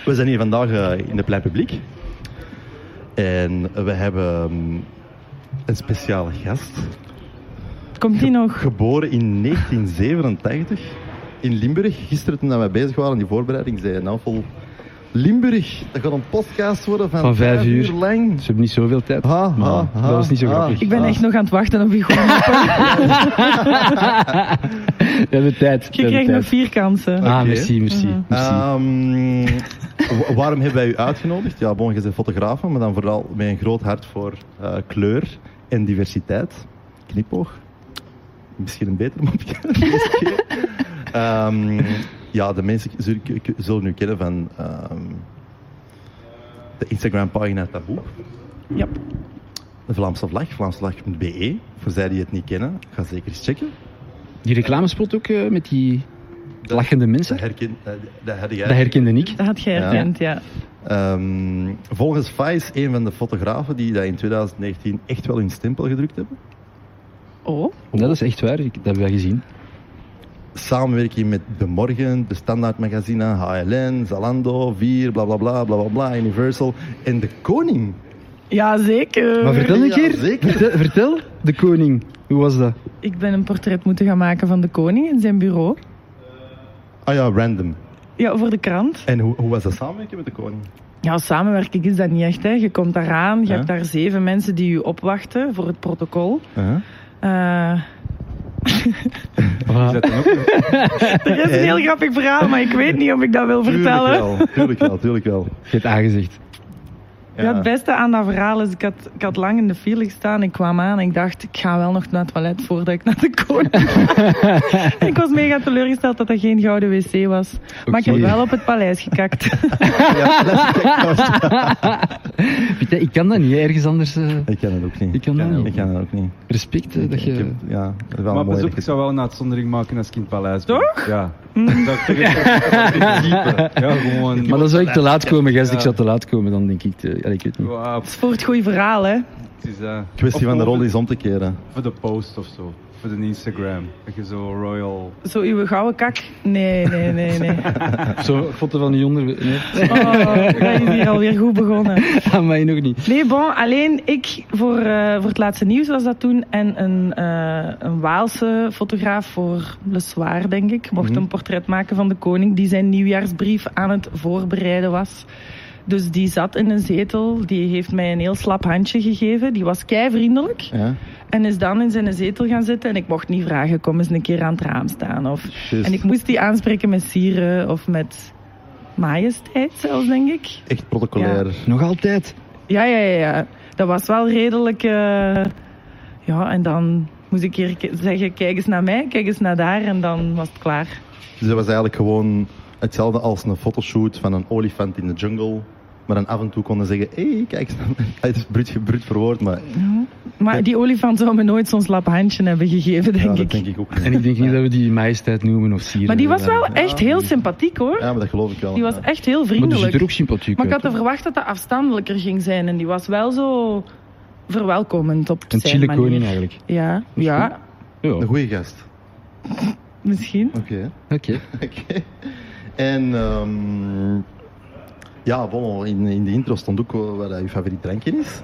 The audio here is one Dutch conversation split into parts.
We zijn hier vandaag in de Plein Publiek. En we hebben een speciale gast. Komt die nog? Geboren in 1987 in Limburg. Gisteren toen wij bezig waren in die voorbereiding, zei nou vol Limburg. Dat gaat een podcast worden van 5 uur lang. Ze hebben niet zoveel tijd. Dat was niet zo grappig. Ik ben echt nog aan het wachten op je goede. We hebben tijd. Je krijgt nog 4 kansen. Okay. Merci. Waarom hebben wij u uitgenodigd? Ja, bon, je bent fotograaf, maar dan vooral met een groot hart voor kleur en diversiteit. Knipoog. Misschien een beter mopje. Ja, de mensen zullen u kennen van de Instagram-pagina Taboe. Ja. De Vlaamse Vlag, vlaamsevlag.be. Voor zij die het niet kennen, ga zeker eens checken. Die reclamespot ook met die lachende mensen? Dat herkende ik. Dat had jij herkend, ja. Volgens Faiz, een van de fotografen die dat in 2019 echt wel hun stempel gedrukt hebben. Oh. Dat is echt waar, dat hebben wij gezien. Samenwerking met De Morgen, De Standaard Magazine, HLN, Zalando, Vier, blablabla, blablabla, Universal en De Koning. Jazeker. Maar vertel een keer. Zeker. Vertel, De Koning. Hoe was dat? Ik ben een portret moeten gaan maken van de koning in zijn bureau. Ah ja, random. Ja, voor de krant. En hoe was dat samenwerken met De Koning? Ja, samenwerking is dat niet echt. Hè. Je komt daaraan, je hebt daar 7 mensen die je opwachten voor het protocol. Er is een heel grappig verhaal, maar ik weet niet of ik dat wil vertellen. Tuurlijk wel. Je hebt aangezegd. Ja, het beste aan dat verhaal is, ik had lang in de file gestaan. Ik kwam aan en ik dacht, ik ga wel nog naar het toilet voordat ik naar de koning ga. Ik was mega teleurgesteld dat dat geen gouden wc was. Okay. Maar ik heb wel op het paleis gekakt. Ik kan dat niet, ergens anders... Ik kan het ook niet. Ik kan dat ook niet. Respect dat je... Ja, dat is wel maar mooi. Ik zou wel een uitzondering maken als ik in het paleis ben. Toch? Ja. Gewoon... Maar dan zou ik te laat komen, gast. Ik zou te laat komen, dan denk ik... ik weet niet. Wow. Het is voor het goede verhaal, hè? Het is, kwestie van de rol is om te keren. Voor de post of zo. Voor de Instagram. Dat je zo royal... Zo uw gouden kak? Nee. Zo'n foto van die onder... Nee. Dat is hier alweer goed begonnen. Aan mij nog niet. Nee, bon, alleen ik voor het laatste nieuws was dat toen. En een Waalse fotograaf voor Le Soir, denk ik, mocht een portret maken van de koning die zijn nieuwjaarsbrief aan het voorbereiden was. Dus die zat in een zetel, die heeft mij een heel slap handje gegeven. Die was keivriendelijk. Ja. En is dan in zijn zetel gaan zitten en ik mocht niet vragen, kom eens een keer aan het raam staan. En ik moest die aanspreken met Sire of met majesteit zelfs, denk ik. Echt protocolair. Ja. Nog altijd? Ja. Dat was wel redelijk... Ja, en dan moest ik hier zeggen, kijk eens naar mij, kijk eens naar daar en dan was het klaar. Dus dat was eigenlijk gewoon hetzelfde als een fotoshoot van een olifant in de jungle. Maar dan af en toe konden zeggen, kijk eens, het is bruut verwoord, maar... Maar die olifant zou me nooit zo'n slap handje hebben gegeven, denk ik. Dat denk ik ook niet. En ik denk niet dat we die majesteit noemen of Sire. Maar die was wel echt heel sympathiek, hoor. Ja, maar dat geloof ik wel. Die was echt heel Maar die vriendelijk. ziet er ook sympathiek Maar ik uit, had verwacht dat dat afstandelijker ging zijn. En die was wel zo verwelkomend op een zijn chille manier. koning eigenlijk. Ja. Een goeie gast. Misschien. Oké. En... ja, bon, in de intro stond ook wat je favoriet drankje is.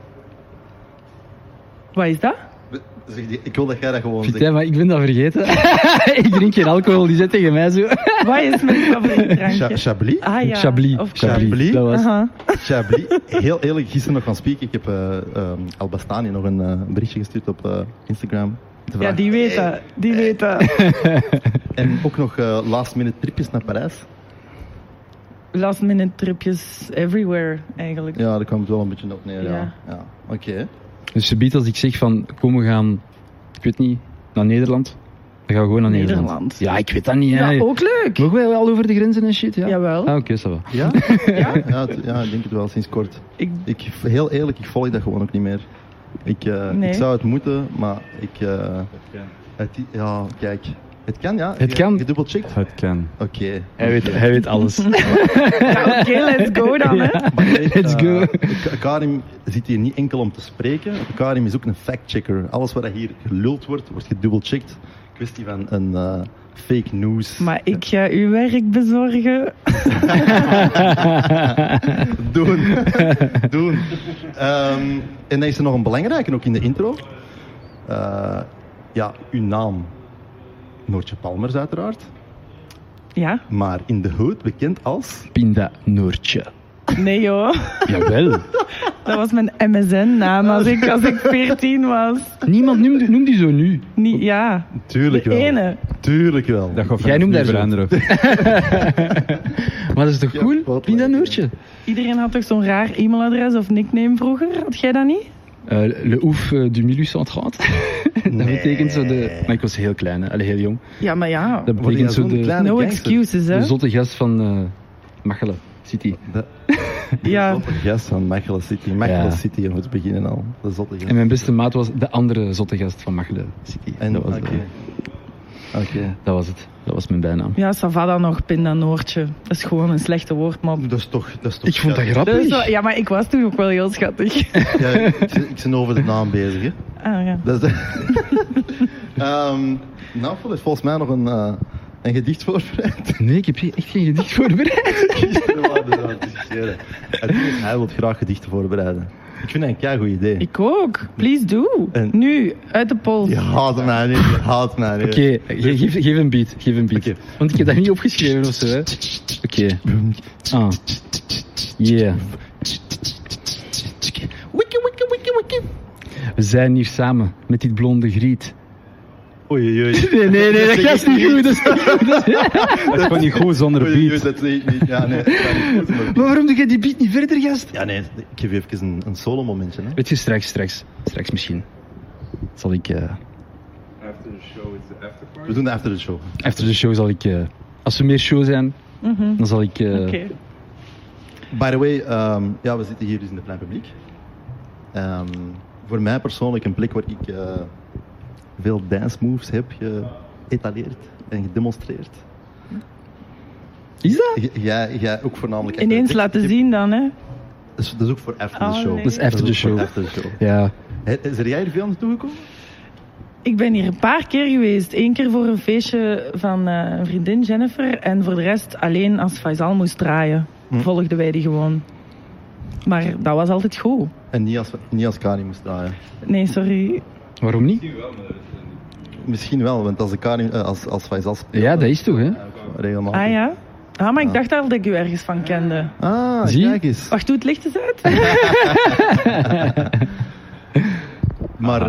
Wat is dat? Ik wil dat jij dat gewoon zegt. Ja, maar ik ben dat vergeten. Ik drink geen alcohol, die zit tegen mij zo. Wat is mijn favoriet drankje? Chablis? Ah ja. Chablis. Of Chablis. Dat was... Chablis. Heel eerlijk, gisteren nog van spieken. Ik heb Albastani nog een berichtje gestuurd op Instagram. Ja, die weet dat. En ook nog last minute tripjes naar Parijs. Last minute tripjes everywhere, eigenlijk. Ja, daar kwam het wel een beetje op neer. Ja. Oké. Dus subiet als ik zeg van, kom we gaan, ik weet niet, naar Nederland. Dan gaan we gewoon naar Nederland. Ja, ik weet dat niet. Ja, hè. ook leuk. Mogen wij wel over de grenzen en shit? Ja? Jawel. Oké, ça va. Ja? Ja, ik denk het wel, sinds kort. Heel eerlijk, ik volg dat gewoon ook niet meer. Ik zou het moeten, maar kijk. Het kan, ja. Het kan. Gedubbelcheckt? Het kan. Oké. Hij weet alles. Ja, oké, let's go dan, hè. Let's go. Karim zit hier niet enkel om te spreken. Karim is ook een factchecker. Alles wat hier geluld wordt, wordt gedubbelcheckt. kwestie van een fake news. Maar ik ga uw werk bezorgen. Doen. En dan is er nog een belangrijke, ook in de intro. Uw naam. Noortje Palmers uiteraard. Ja? Maar in de hood bekend als... Pinda Noortje. Nee joh. Jawel. Dat was mijn MSN-naam als ik 14 was. Niemand noemt die zo nu. Ja. Tuurlijk de wel. ene. Tuurlijk wel. Jij noemt daar veranderen. Maar dat is toch cool? Pinda Noortje. Iedereen had toch zo'n raar e-mailadres of nickname vroeger? Had jij dat niet? Le ouf du 1830. Dat betekent zo de... Maar ik was heel klein, hè. Allee, heel jong. Ja, maar ja. Dat betekent zo de... No excuses, hè. De zotte gast van Machelen City. Ja. De zotte gast van Machelen City. City, om te beginnen al. De zotte gast. En mijn beste maat was de andere zotte gast van Machelen City. En dat was dat was het. Dat was mijn bijnaam. Ja, Savada nog, Pinda Noortje. Dat is gewoon een slechte woordmop. Dat is toch ik vond dat grappig. Dus, ja, maar ik was toen ook wel heel schattig. Ja, ik ben over de naam bezig, hè. Ah, ja. Dat is Navel heeft volgens mij nog een gedicht voorbereid. Nee, ik heb echt geen gedicht voorbereid. Hij wil graag gedichten voorbereiden. Ik vind dat een keigoed idee. Ik ook. Please do. En... Nu, uit de pols. Je haat mij niet. Oké, geef een beat. Okay. Want ik heb dat niet opgeschreven of zo, hè. Oké. Yeah. We zijn hier samen met dit blonde griet. Oei. Nee, dat gaat niet goed. Dat is gewoon niet goed zonder beat. Dat zie ik niet. Ja, nee, dat gaat niet goed. Maar waarom doe je die beat niet verder, gast? Ja, nee, ik geef even een solo momentje. Hè. Weet je, straks misschien. Zal ik... After the show is the after party? We doen de after the show. After the show zal ik... als er meer show zijn, dan zal ik... Oké. By the way, we zitten hier dus in het plein publiek. Voor mij persoonlijk een plek waar ik veel dance moves heb geëtaleerd en gedemonstreerd. Is dat? Jij ook voornamelijk... Ineens laten zien dan, hè? Dat is ook voor after the show. Nee. Dat is after the show. Ja. Is er jij hier veel naartoe gekomen? Ik ben hier een paar keer geweest. 1 keer voor een feestje van een vriendin, Jennifer. En voor de rest alleen als Faisal moest draaien. Volgden wij die gewoon. Maar dat was altijd goed. En niet als Karin moest draaien? Nee, sorry. Waarom niet? Misschien wel, want als Karin als Faisal speelt... Ja, dat is toch, hè? Regelmatig. Ah ja? Ah, maar ik dacht al dat ik u ergens van kende. Ah, zie? Kijk eens. Wacht, doe het licht eens uit. Maar,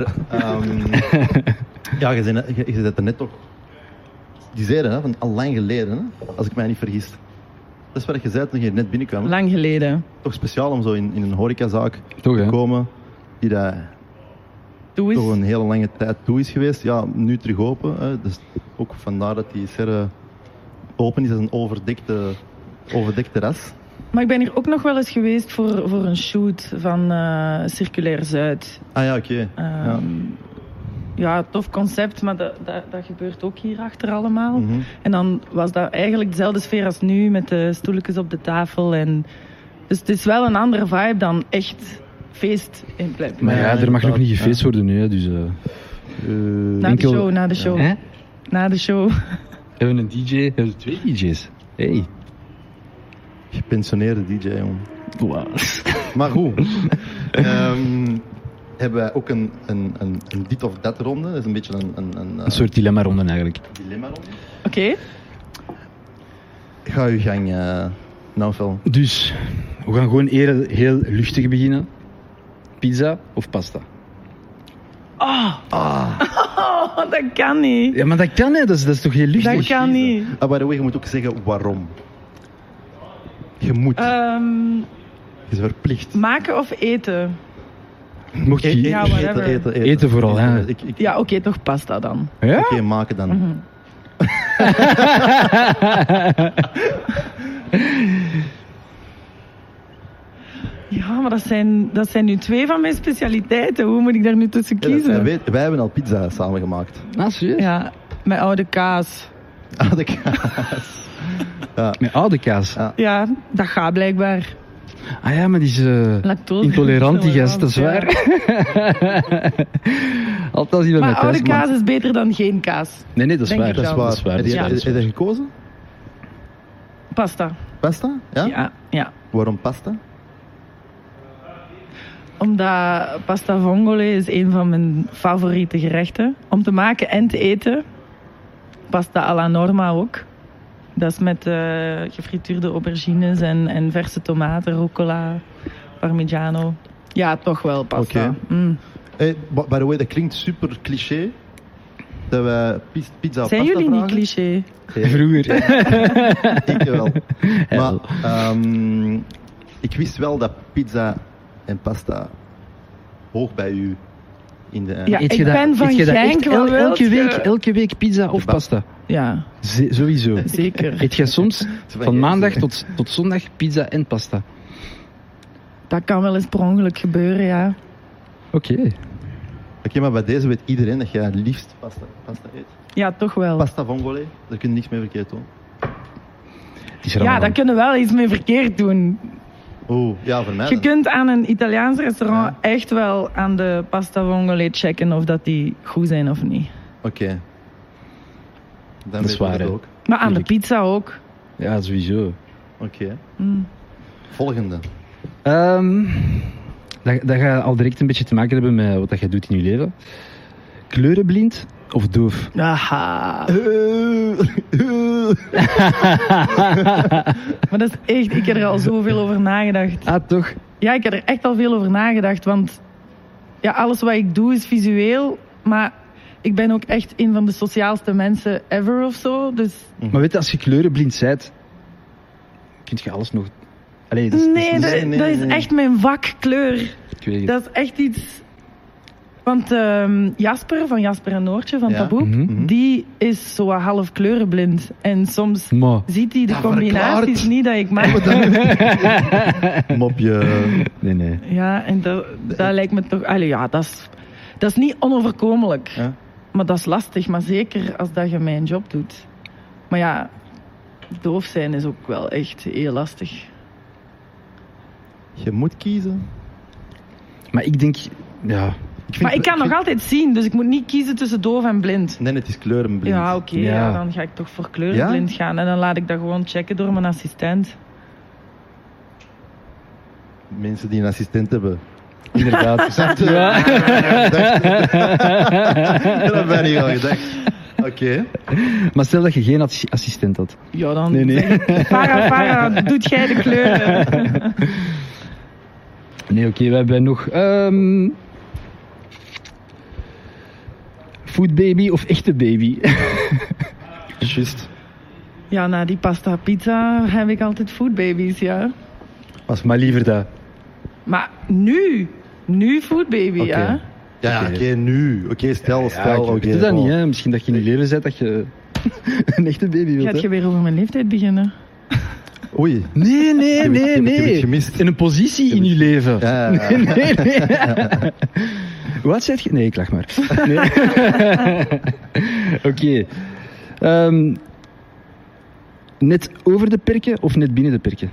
je zit er net toch... Die zeiden, hè, van al lang geleden, hè, als ik mij niet vergis. Dat is wat je zei toen je net binnenkwam. Lang geleden. Toch speciaal om zo in een horecazaak toch, te hè? komen, die daar Doe eens. toch een hele lange tijd toe is geweest. Ja, nu terug open. Hè. Dus ook vandaar dat die serre open is als een overdekt terras. Maar ik ben hier ook nog wel eens geweest voor een shoot van Circulair Zuid. Ah ja, oké. Ja, tof concept, maar dat gebeurt ook hierachter allemaal. Mhm. En dan was dat eigenlijk dezelfde sfeer als nu, met de stoeltjes op de tafel. Dus het is wel een andere vibe dan echt feest in plein. Maar ja, er mag nog niet gefeest worden nu, hè, dus... Na de show. Hè? Na de show. Hebben we een DJ? Hebben we 2 DJ's? Hey. Gepensioneerde DJ, jong. Wow. Maar goed. Hebben wij ook een dit of dat ronde. Dat is een beetje een soort dilemma-ronde eigenlijk. Dilemma-ronde. Oké. Ga uw gang, Naufel. Dus, we gaan gewoon heel luchtig beginnen. Pizza of pasta? Oh, dat kan niet. Ja, maar dat kan, hè. Dat is toch heel luchtig? Dat kan niet. By the way, je moet ook zeggen waarom. Je moet. Je is verplicht. Maken of eten? Mocht je Ja, whatever. eten vooral, hè. Ja, oké, toch pasta dan. Ja? Oké, maken dan. Ja, maar dat zijn nu 2 van mijn specialiteiten. Hoe moet ik daar nu tussen kiezen? Wij hebben al pizza samen gemaakt. Ah, serieus? Ja, met oude kaas. De kaas. Ja. Met oude kaas? Ja. Ja, dat gaat blijkbaar. Ah ja, maar die is Lactose intolerant, die gast, dat is ja. waar. Altijd als hij bij mij Maar oude thuis komt. kaas is beter dan geen kaas. Nee, dat is Denk waar. ik Dat is wel. waar. Dat is waar. Heb je dat is waar. gekozen? Pasta. Pasta? Ja? Ja. Waarom pasta? Omdat pasta vongole is een van mijn favoriete gerechten. Om te maken en te eten. Pasta alla norma ook. Dat is met gefrituurde aubergines en verse tomaten, rucola, parmigiano. Ja, toch wel pasta. Oké. Hey, by the way, dat klinkt super cliché. Dat wij pizza of Zijn pasta jullie niet vragen. cliché? Vroeger. Ik wel. Ja, Maar wel. ik wist wel dat pizza en pasta hoog bij u in de... Ja, Eet ik je dat- ben van eet je dat Genk, echt wat wilt je? elke week pizza of Kebab. pasta? Ja, Sowieso. zeker. Eet jij soms van maandag tot zondag pizza en pasta? Dat kan wel eens per ongeluk gebeuren, ja. Oké. Oké, maar bij deze weet iedereen dat jij het liefst pasta eet. Ja, toch wel. Pasta vongole, daar kun je niks mee verkeerd doen. Het is er Ja, allemaal daar kunnen we wel iets mee verkeerd doen. Oeh, ja, voor mij Je dan. kunt aan een Italiaans restaurant Ja. echt wel aan de pasta vongole checken of dat die goed zijn of niet. Oké. Dan is weet ik waar, het hè. ook. Maar aan de Tuurlijk. pizza ook. Ja, sowieso. Oké. Mm. Volgende. Dat gaat al direct een beetje te maken hebben met wat dat je doet in je leven. Kleurenblind of doof? Aha. Maar dat is echt, ik heb er al zoveel over nagedacht. Ah, toch? Ja, ik heb er echt al veel over nagedacht, want ja, alles wat ik doe is visueel, maar ik ben ook echt een van de sociaalste mensen ever of zo. Dus Maar weet je, als je kleurenblind bent, kun je alles nog... Allee, dat is, nee, dat is, dat is echt mijn vak, kleur. ik weet het. Dat is echt iets... Want Jasper, van Jasper en Noortje, van Ja. Taboe, Mhm. die is zo wat half kleurenblind. En soms Maar, ziet hij de Dat combinaties verklaart. niet dat ik maak. Mopje. nee. Ja, en dat lijkt me toch... Allee, ja, dat is niet onoverkomelijk. Ja. Maar dat is lastig, maar zeker als dat je mijn job doet. Maar ja, doof zijn is ook wel echt heel lastig. Je moet kiezen. Maar ik denk... Ja, Maar ik kan nog altijd zien, dus ik moet niet kiezen tussen doof en blind. Nee, het is kleurenblind. Ja, oké, Ja. ja, dan ga ik toch voor kleurenblind gaan. En dan laat ik dat gewoon checken door mijn assistent. Mensen die een assistent hebben. inderdaad. Ja. Dat ben ik al gedacht. Oké. Maar stel dat je geen assistent had. Ja, dan Nee. zeg ik, Farah, doet jij de kleuren? Nee, oké, we hebben nog... Food baby of echte baby? Juist. Ja, na die pasta pizza heb ik altijd foodbabies, ja. Maar liever dat. Maar nu foodbaby, Oké. ja. Ja, Oké. oké, nu. Oké, stel. Ik Oké. weet dat oh. niet, hè. Misschien dat je in je leven zet dat je een echte baby wilt, Gaat je hè. weer over mijn leeftijd beginnen? Oei. Nee, Ik heb het gemist. In een positie in je leven. Ja. Nee. Hoe oud zeg je? Nee, ik lach maar. Nee. Oké. Net over de perken of net binnen de perken?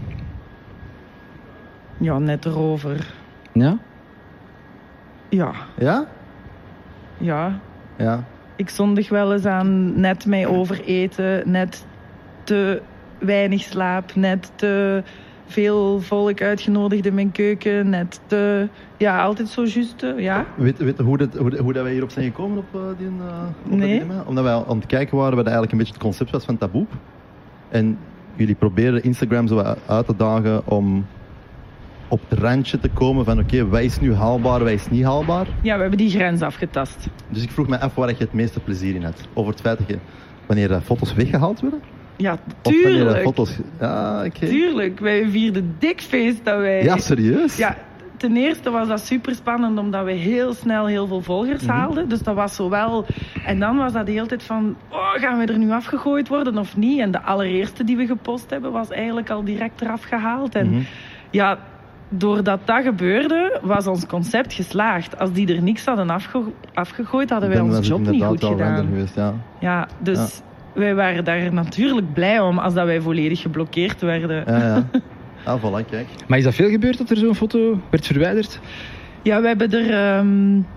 Ja, net erover. Ja? Ja, Ja? ja. Ja. Ik zondig wel eens aan net mij overeten, net te weinig slaap, net te veel volk uitgenodigd in mijn keuken, net te... Ja, altijd zo juist, ja. Weet je hoe dat wij hierop zijn gekomen op die Nee. thema? Omdat wij aan het kijken waren wat eigenlijk een beetje het concept was van Taboe. En jullie probeerden Instagram zo wat uit te dagen om op het randje te komen van oké, wat is nu haalbaar, wat is niet haalbaar. Ja, we hebben die grens afgetast. Dus ik vroeg me af waar je het meeste plezier in had. Over het feit dat je, wanneer foto's weggehaald werden? Ja, Of wanneer tuurlijk. foto's... Ja, oké. Tuurlijk, wij vierden dik feest dat wij... Ja, serieus? Ja, ten eerste was dat super spannend omdat we heel snel heel veel volgers haalden. Dus dat was zo wel... En dan was dat de hele tijd van... Oh, gaan we er nu afgegooid worden of niet? En de allereerste die we gepost hebben was eigenlijk al direct eraf gehaald. En ja, doordat dat gebeurde, was ons concept geslaagd. Als die er niks hadden afgegooid, hadden wij Dan was onze het job niet inderdaad goed wel random gedaan. geweest, ja. Ja, dus wij waren daar natuurlijk blij om als dat wij volledig geblokkeerd werden. Ja. Ah, voilà, kijk. Maar is dat veel gebeurd dat er zo'n foto werd verwijderd? Ja, we hebben er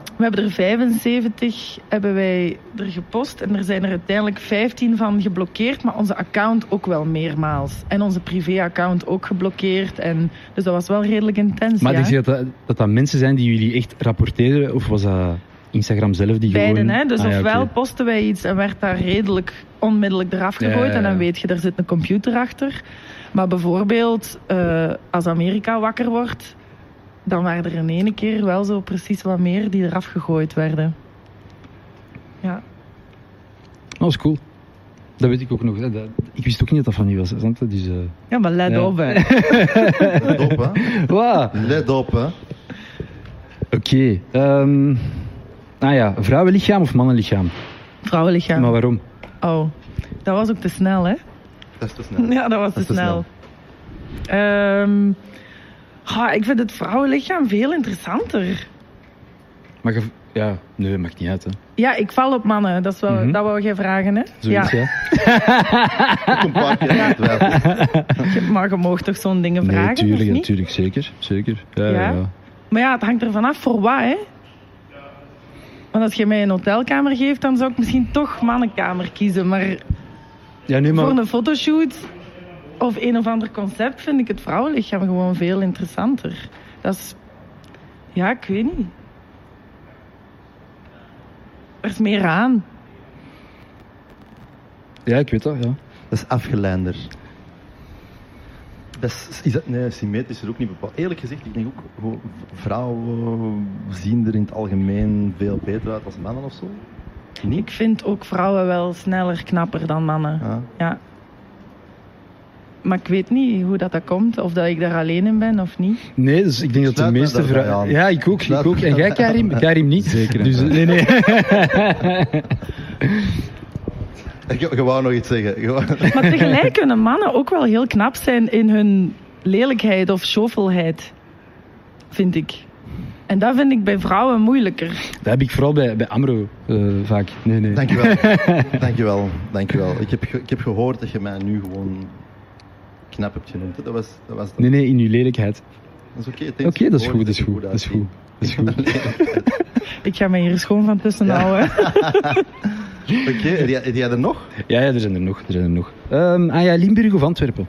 We hebben er 75 hebben wij er gepost en er zijn er uiteindelijk 15 van geblokkeerd, maar onze account ook wel meermaals. En onze privé-account ook geblokkeerd. En, dus dat was wel redelijk intens. Maar ja. ik zie dat mensen zijn die jullie echt rapporteren, of was dat Instagram zelf die Beiden, gewoon... hè? Dus ofwel oké. posten wij iets en werd daar redelijk onmiddellijk eraf gegooid en dan weet je, er zit een computer achter. Maar bijvoorbeeld, als Amerika wakker wordt, dan waren er in ene keer wel zo precies wat meer die eraf gegooid werden. Ja. Dat was cool. Dat weet ik ook nog. Hè. Ik wist ook niet dat dat van u was. Hè. Dus, Ja, maar let op, hè. Let op, hè. Wow. Let op, hè. Oké. Vrouwenlichaam of mannenlichaam? Vrouwenlichaam. Maar waarom? Oh, dat was ook te snel, hè? Dat is te snel. Ja, dat was te snel. Ik vind het vrouwenlichaam veel interessanter. Maar nee, maakt niet uit. Hè. Ja, ik val op mannen. Dat is wel, dat wou jij vragen, hè? Zoiets, ja. Ook een paar keer aan het twijfelen. Maar je mag toch zo'n dingen vragen, Nee, tuurlijk, of niet? natuurlijk, zeker. Ja. Ja. Maar ja, het hangt er vanaf voor wat, hè? Want als je mij een hotelkamer geeft, dan zou ik misschien toch mannenkamer kiezen. Maar Ja, nee, maar... voor een fotoshoot of een of ander concept vind ik het vrouwenlichaam gewoon veel interessanter. Dat is... Ja, ik weet niet. Er is meer aan. Ja, ik weet dat, ja. Dat is afgeleinder. Nee, symmetrisch is er ook niet bepaald. Eerlijk gezegd, ik denk ook, gewoon, vrouwen zien er in het algemeen veel beter uit als mannen of zo. Niet? Ik vind ook vrouwen wel sneller knapper dan mannen. Ja. Ja. Maar ik weet niet hoe dat komt. Of dat ik daar alleen in ben of niet. Nee, dus ik denk dat de Sluit me meeste daarbij vrouwen... aan. Ja, ik ook. En jij, Karim? Karim niet. Zeker. Dus, nee. Je wou nog iets zeggen. Maar tegelijk kunnen mannen ook wel heel knap zijn in hun lelijkheid of schovelheid. Vind ik. En dat vind ik bij vrouwen moeilijker. Dat heb ik vooral bij Amro vaak. Nee. Dankjewel. Ik heb gehoord dat je mij nu gewoon knap hebt genoemd. Dat was Nee, in uw lelijkheid. Dat is oké. Oké, dat is goed. Ik ga mij hier schoon van tussen houden. Oké, heb jij er nog? Ja, er zijn er nog. Limburg of Antwerpen?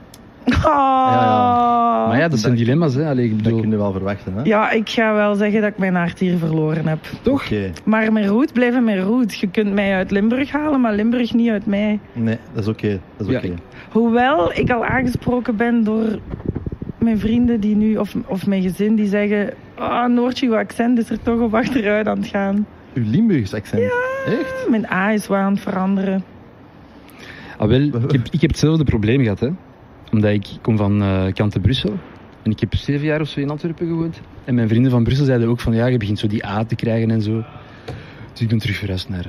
Oh. Maar ja, dat zijn dilemma's, hè. Allee, ik Dat bedoel... kun je wel verwachten, hè? Ja, ik ga wel zeggen dat ik mijn hart hier verloren heb. Toch? Oké. Maar mijn route blijven mijn route. Je kunt mij uit Limburg halen, maar Limburg niet uit mij. Nee, dat is oké. Ja, Hoewel ik al aangesproken ben door mijn vrienden die nu, of mijn gezin, die zeggen... Noortje, uw accent is er toch op achteruit aan het gaan. Uw Limburgs accent? Ja. Echt? Mijn A is wel aan het veranderen. Ik heb hetzelfde probleem gehad, hè. Omdat ik kom van kanten Brussel. En ik heb 7 jaar of zo in Antwerpen gewoond. En mijn vrienden van Brussel zeiden ook van... Ja, je begint zo die A te krijgen en zo. Dus ik ben terug verhuisd naar...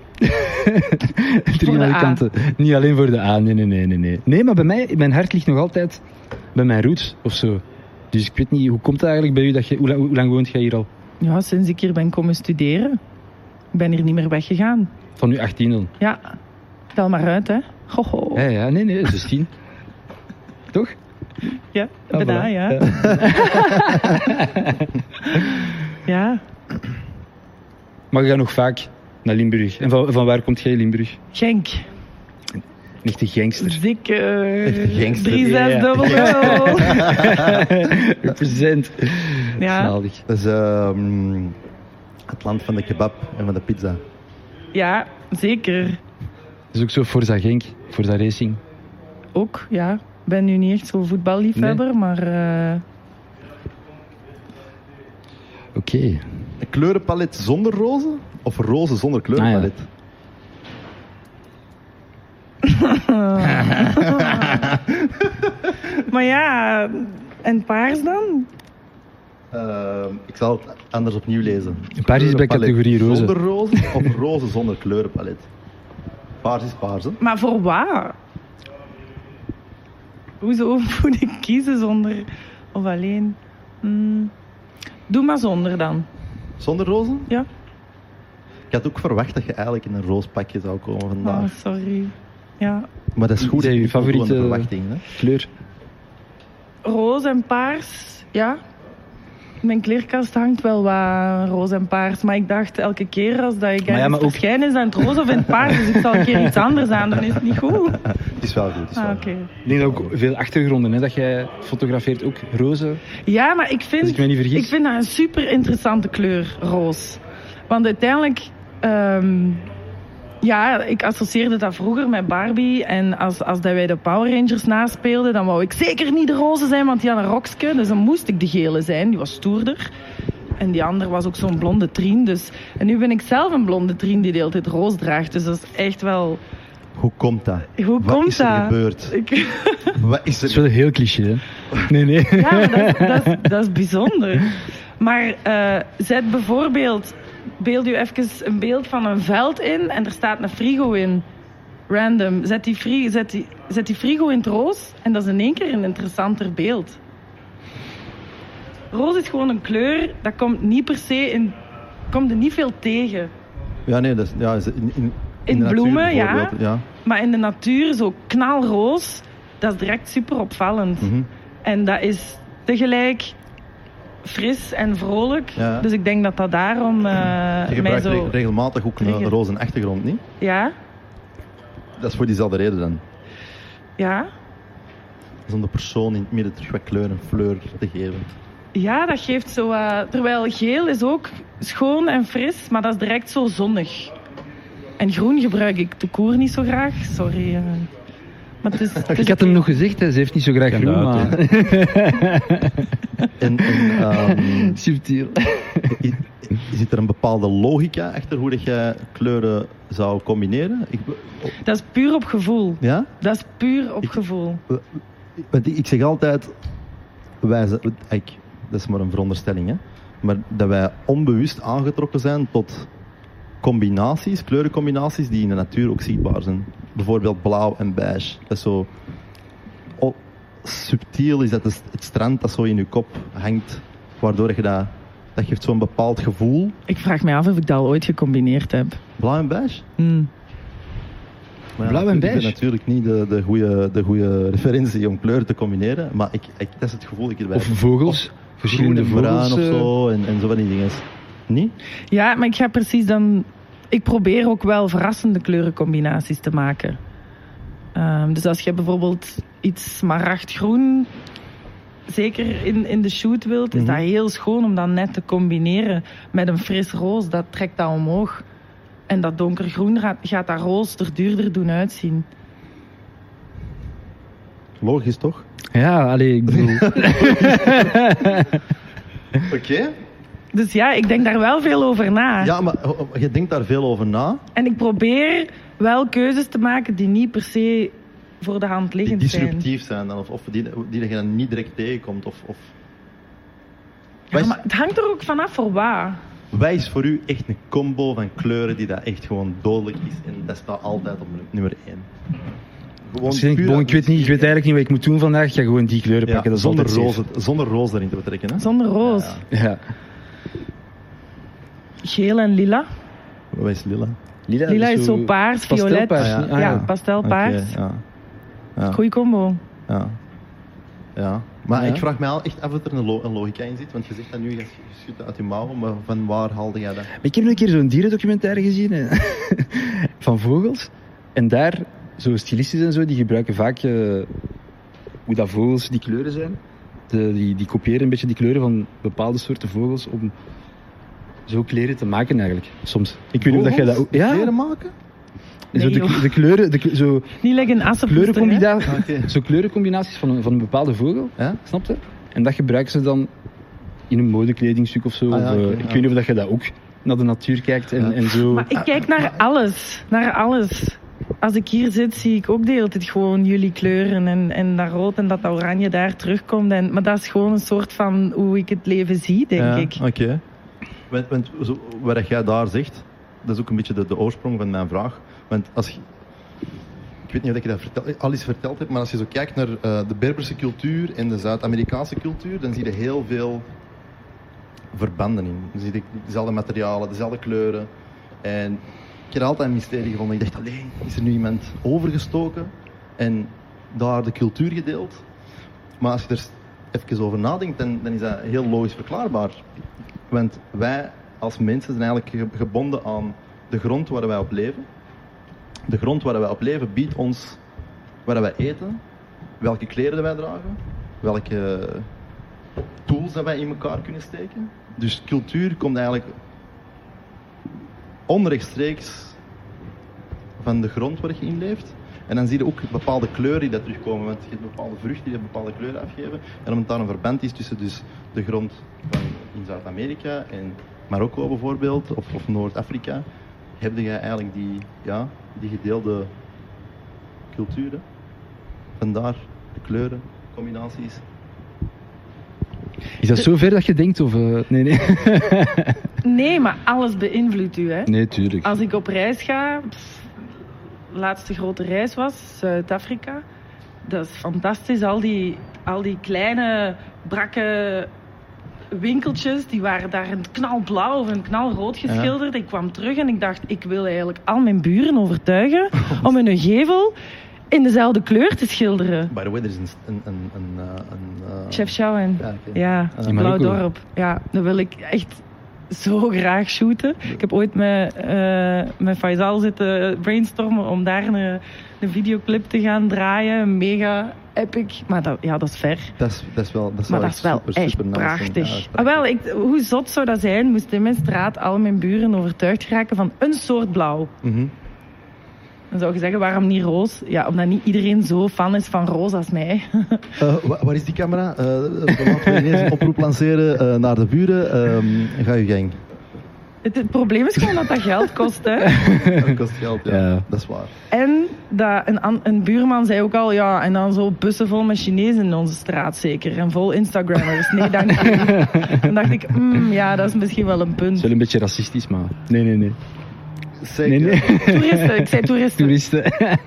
terug naar de kanten. Niet alleen voor de A, nee. Nee, maar bij mij, mijn hart ligt nog altijd bij mijn roots of zo. Dus ik weet niet, hoe komt het eigenlijk bij u? Hoe lang woont jij hier al? Ja, sinds ik hier ben komen studeren. Ik ben hier niet meer weggegaan. Van uw 18 dan? Ja, tel maar uit, hè. Ho. Ja, nee, 16. Toch? Ja, bijna, voilà. ja. Ja. Maar je gaat nog vaak naar Limburg. En van waar komt jij, Limburg? Genk. Een echte gangster. Zeker. Echte gangster. 3600. Represent. Ja. Zalig. Dat is het land van de kebab en van de pizza. Ja, zeker. Dat is ook zo Forza Genk, Forza Racing. Ook, ja. Ik ben nu niet echt zo'n voetballiefhebber, maar... Oké. Een kleurenpalet zonder rozen? Of rozen zonder kleurenpalet? Maar ja, en paars dan? Ik zal het anders opnieuw lezen. Paars is bij categorie rozen. Zonder rozen of rozen zonder kleurenpalet? Paars is paars, hè? Maar voor wat? Hoezo moet ik kiezen zonder of alleen? Doe maar zonder dan. Zonder rozen? Ja. Ik had ook verwacht dat je eigenlijk in een roospakje zou komen vandaag. Oh, sorry. Ja. Maar dat is goed. Is dat je favoriete verwachting, hè? kleur? Roze en paars, ja. Mijn kleerkast hangt wel wat roze en paars. Maar ik dacht elke keer als dat ik Maar ergens ook... verschijn is dat het roze of in het paars. Dus ik zal een keer iets anders aan, dan is het niet goed. Het is wel goed. Het is wel goed. Oké. Ik denk dat ook veel achtergronden, hè, dat jij fotografeert, ook roze. Ja, maar ik Als ik me niet vergis. vind dat een super interessante kleur, roos. Want uiteindelijk... ja, ik associeerde dat vroeger met Barbie. En als dat wij de Power Rangers naspeelden, dan wou ik zeker niet de roze zijn, want die had een rokske. Dus dan moest ik de gele zijn, die was stoerder. En die andere was ook zo'n blonde trien. Dus... En nu ben ik zelf een blonde trien die de hele tijd roos draagt. Dus dat is echt wel... Hoe komt dat? Hoe Wat komt is er dat? gebeurd? Wat is Dat is er... wel heel cliché, hè? Nee. Ja, maar dat is bijzonder. Maar zet bijvoorbeeld... Beeld u even een beeld van een veld in en er staat een frigo in. Random. Zet die frigo in het roos en dat is in één keer een interessanter beeld. Roos is gewoon een kleur, dat komt niet per se in... Komt er niet veel tegen. Ja, nee, dat is... Ja, in de bloemen, natuur ja. bijvoorbeeld, ja. Maar in de natuur, zo knalroos, dat is direct super opvallend. Mhm. En dat is tegelijk fris en vrolijk. Ja. Dus ik denk dat dat daarom Je mij gebruikt zo... regelmatig ook een triggert. roze achtergrond, niet? Ja, Dat is voor diezelfde reden dan. ja. Dat is om de persoon in het midden terug wat kleur en fleur te geven. Ja, dat geeft zo... terwijl geel is ook schoon en fris, maar dat is direct zo zonnig. En groen gebruik ik te koer niet zo graag. Sorry. Maar het is Ik had hem nog gezegd, hè, ze heeft niet zo graag Kan groen, dat, maar... Subtiel. Zit er een bepaalde logica achter hoe dat jij kleuren zou combineren? Dat is puur op gevoel. Ja? Dat is puur op gevoel. Want ik zeg altijd, dat is maar een veronderstelling, hè? Maar dat wij onbewust aangetrokken zijn tot combinaties, kleurencombinaties die in de natuur ook zichtbaar zijn. Bijvoorbeeld blauw en beige. Dat is zo subtiel, is dat het strand dat zo in je kop hangt, waardoor je dat geeft zo'n bepaald gevoel. Ik vraag me af of ik dat al ooit gecombineerd heb. Blauw en beige? Maar Blauw en Ik beige? ben natuurlijk niet de goede referentie om kleuren te combineren, maar dat is het gevoel dat ik erbij Of vogels. Verschillende groen en bruin vogels. of zo en zo van die dingen. Niet? Ja, maar ik ga precies dan... Ik probeer ook wel verrassende kleurencombinaties te maken. Dus als je bijvoorbeeld iets smaragdgroen zeker in de shoot wilt, is dat heel schoon om dat net te combineren met een fris roos. Dat trekt dat omhoog. En dat donkergroen gaat dat roos er duurder doen uitzien. Logisch toch? Ja, allee, ik bedoel... Oké. Dus ja, ik denk daar wel veel over na. Ja, maar je denkt daar veel over na. En ik probeer wel keuzes te maken die niet per se voor de hand Die liggend zijn. disruptief zijn dan, of die je dan niet direct tegenkomt. Of... Ja, maar het hangt er ook vanaf voor wat. Wij is voor u echt een combo van kleuren die dat echt gewoon dodelijk is. En dat staat altijd op nummer 1. Gewoon Dus ik denk, puur bon, ik weet eigenlijk niet wat ik moet doen vandaag. Ik ga gewoon die kleuren ja, pakken. Dat is altijd safe. zonder roze erin te betrekken. Hè? Zonder roos. Ja. Geel en lila. Wat is lila? Lila is zo paars, violet. pastelpaars. Ah, Ja, pastelpaars. Oké, ja. Goeie combo. Ja. Ja. Maar Ja. ik vraag me al echt af of er een logica in zit. Want je zegt dat nu, je schudt dat uit je mouwen. Maar van waar haalde jij dat? Maar ik heb nog een keer zo'n dierendocumentaire gezien hè, van vogels. En daar, zo stilistisch en zo, die gebruiken vaak hoe dat vogels die kleuren zijn. Die kopiëren een beetje die kleuren van bepaalde soorten vogels om zo kleren te maken eigenlijk, soms. Ik weet niet of dat jij dat ook... Ja, Kleren maken? zo Nee, joh. de kleuren, zo Niet lekker een assenpoester, hè? kleurencombinaties, zo kleurencombinaties van een bepaalde vogel, Ja? snap je? En dat gebruiken ze dan in een modekledingstuk of zo. Ah, ja, Of, oké, ik ja. weet niet of dat je dat ook naar de natuur kijkt en zo. Maar ik kijk naar alles. Naar alles. Als ik hier zit, zie ik ook de hele tijd gewoon jullie kleuren. En dat rood en dat oranje daar terugkomt. Maar dat is gewoon een soort van hoe ik het leven zie, denk ik. Oké. Want wat jij daar zegt, dat is ook een beetje de oorsprong van mijn vraag. Want als je... Ik weet niet of je dat al eens verteld hebt, maar als je zo kijkt naar de Berberse cultuur en de Zuid-Amerikaanse cultuur, dan zie je heel veel verbanden in. Dan zie je dezelfde materialen, dezelfde kleuren. En ik heb altijd een mysterie gevonden. Ik dacht, alleen is er nu iemand overgestoken en daar de cultuur gedeeld? Maar als je er even over nadenkt, dan is dat heel logisch verklaarbaar. Want wij als mensen zijn eigenlijk gebonden aan de grond waar wij op leven. De grond waar wij op leven biedt ons wat wij eten, welke kleren wij dragen, welke tools dat wij in elkaar kunnen steken. Dus cultuur komt eigenlijk onrechtstreeks van de grond waar je in leeft. En dan zie je ook bepaalde kleuren die dat terugkomen, want je hebt bepaalde vruchten die bepaalde kleuren afgeven. En omdat daar een verband is tussen dus de grond van in Zuid-Amerika en Marokko bijvoorbeeld, of Noord-Afrika, heb je eigenlijk die gedeelde culturen. Vandaar de kleuren, combinaties. Is dat zo ver dat je denkt? Of, nee. Nee, maar alles beïnvloedt u, hè? Nee, tuurlijk. Als ik op reis ga, de laatste grote reis was, Zuid-Afrika. Dat is fantastisch. Al die kleine, brakke winkeltjes, die waren daar een knalblauw of een knalrood geschilderd. Ik kwam terug en ik dacht, ik wil eigenlijk al mijn buren overtuigen om hun gevel in dezelfde kleur te schilderen. By the way, er is een Chefchaouen. Ja, Blauw Dorp. Ja, dat wil ik echt zo graag shooten. Ik heb ooit met Faisal zitten brainstormen om daar een videoclip te gaan draaien. Mega epic. Maar dat is ver. Dat is wel echt super prachtig. Hoe zot zou dat zijn, moest in mijn straat al mijn buren overtuigd raken van een soort blauw. Mm-hmm. Dan zou je zeggen, waarom niet roos? Ja, omdat niet iedereen zo fan is van roos als mij. Waar is die camera? Laten we ineens een oproep lanceren naar de buren. Ga je gang. Het probleem is gewoon dat geld kost, hè. Dat kost geld, ja. Dat is waar. En dat een buurman zei ook al, ja, en dan zo bussen vol met Chinezen in onze straat zeker. En vol Instagrammers. Nee, dank je. Dan dacht ik, dat is misschien wel een punt. Het is wel een beetje racistisch, maar... Nee. Zeker. Nee. Toeristen, ik zei Toeristen.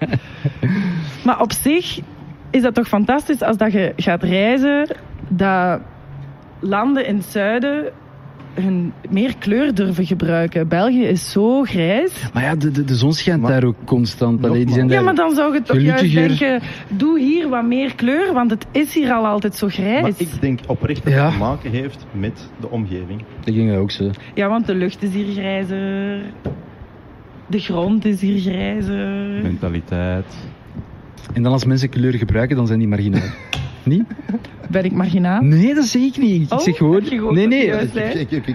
Maar op zich is dat toch fantastisch als dat je gaat reizen, dat landen in het zuiden hun meer kleur durven gebruiken. België is zo grijs. Maar ja, de zon schijnt daar ook constant. Allee, die zijn daar maar dan zou je toch gelukkiger. Juist denken, doe hier wat meer kleur, want het is hier al altijd zo grijs. Maar ik denk oprecht dat het te maken heeft met de omgeving. Dat ging ook zo. Ja, want de lucht is hier grijzer. De grond is hier grijzer. Mentaliteit. En dan als mensen kleur gebruiken, dan zijn die marginaal. Niet? Ben ik marginaal? Nee, dat zeg ik niet. Ik zeg gewoon... Nee. Ik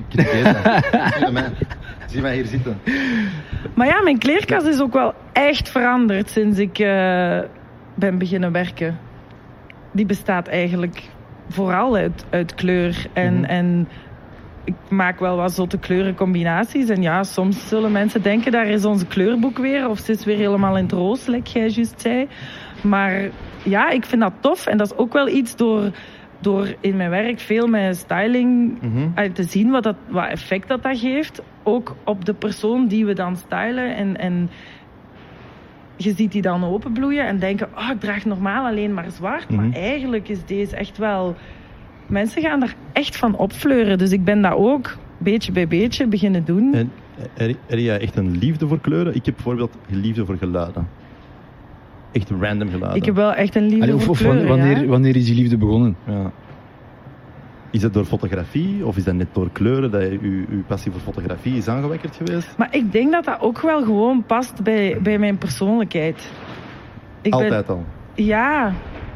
zie mij hier zitten. Maar ja, mijn kleerkast is ook wel echt veranderd sinds ik ben beginnen werken. Die bestaat eigenlijk vooral uit kleur. En ik maak wel wat zotte kleurencombinaties. En ja, soms zullen mensen denken, daar is onze kleurboek weer. Of ze is weer helemaal in het roos, like jij juist zei. Maar ja, ik vind dat tof. En dat is ook wel iets door in mijn werk veel met styling te zien wat effect dat geeft. Ook op de persoon die we dan stylen. En je ziet die dan openbloeien en denken, ik draag normaal alleen maar zwart. Maar eigenlijk is deze echt wel... Mensen gaan daar echt van opfleuren. Dus ik ben dat ook beetje bij beetje beginnen doen. En heb jij echt een liefde voor kleuren? Ik heb bijvoorbeeld een liefde voor geluiden. Echt random geluiden. Ik heb wel echt een liefde voor kleuren. Wanneer is die liefde begonnen? Ja. Is dat door fotografie of is dat net door kleuren dat uw passie voor fotografie is aangewakkerd geweest? Maar ik denk dat dat ook wel gewoon past bij mijn persoonlijkheid. Altijd al? Ja.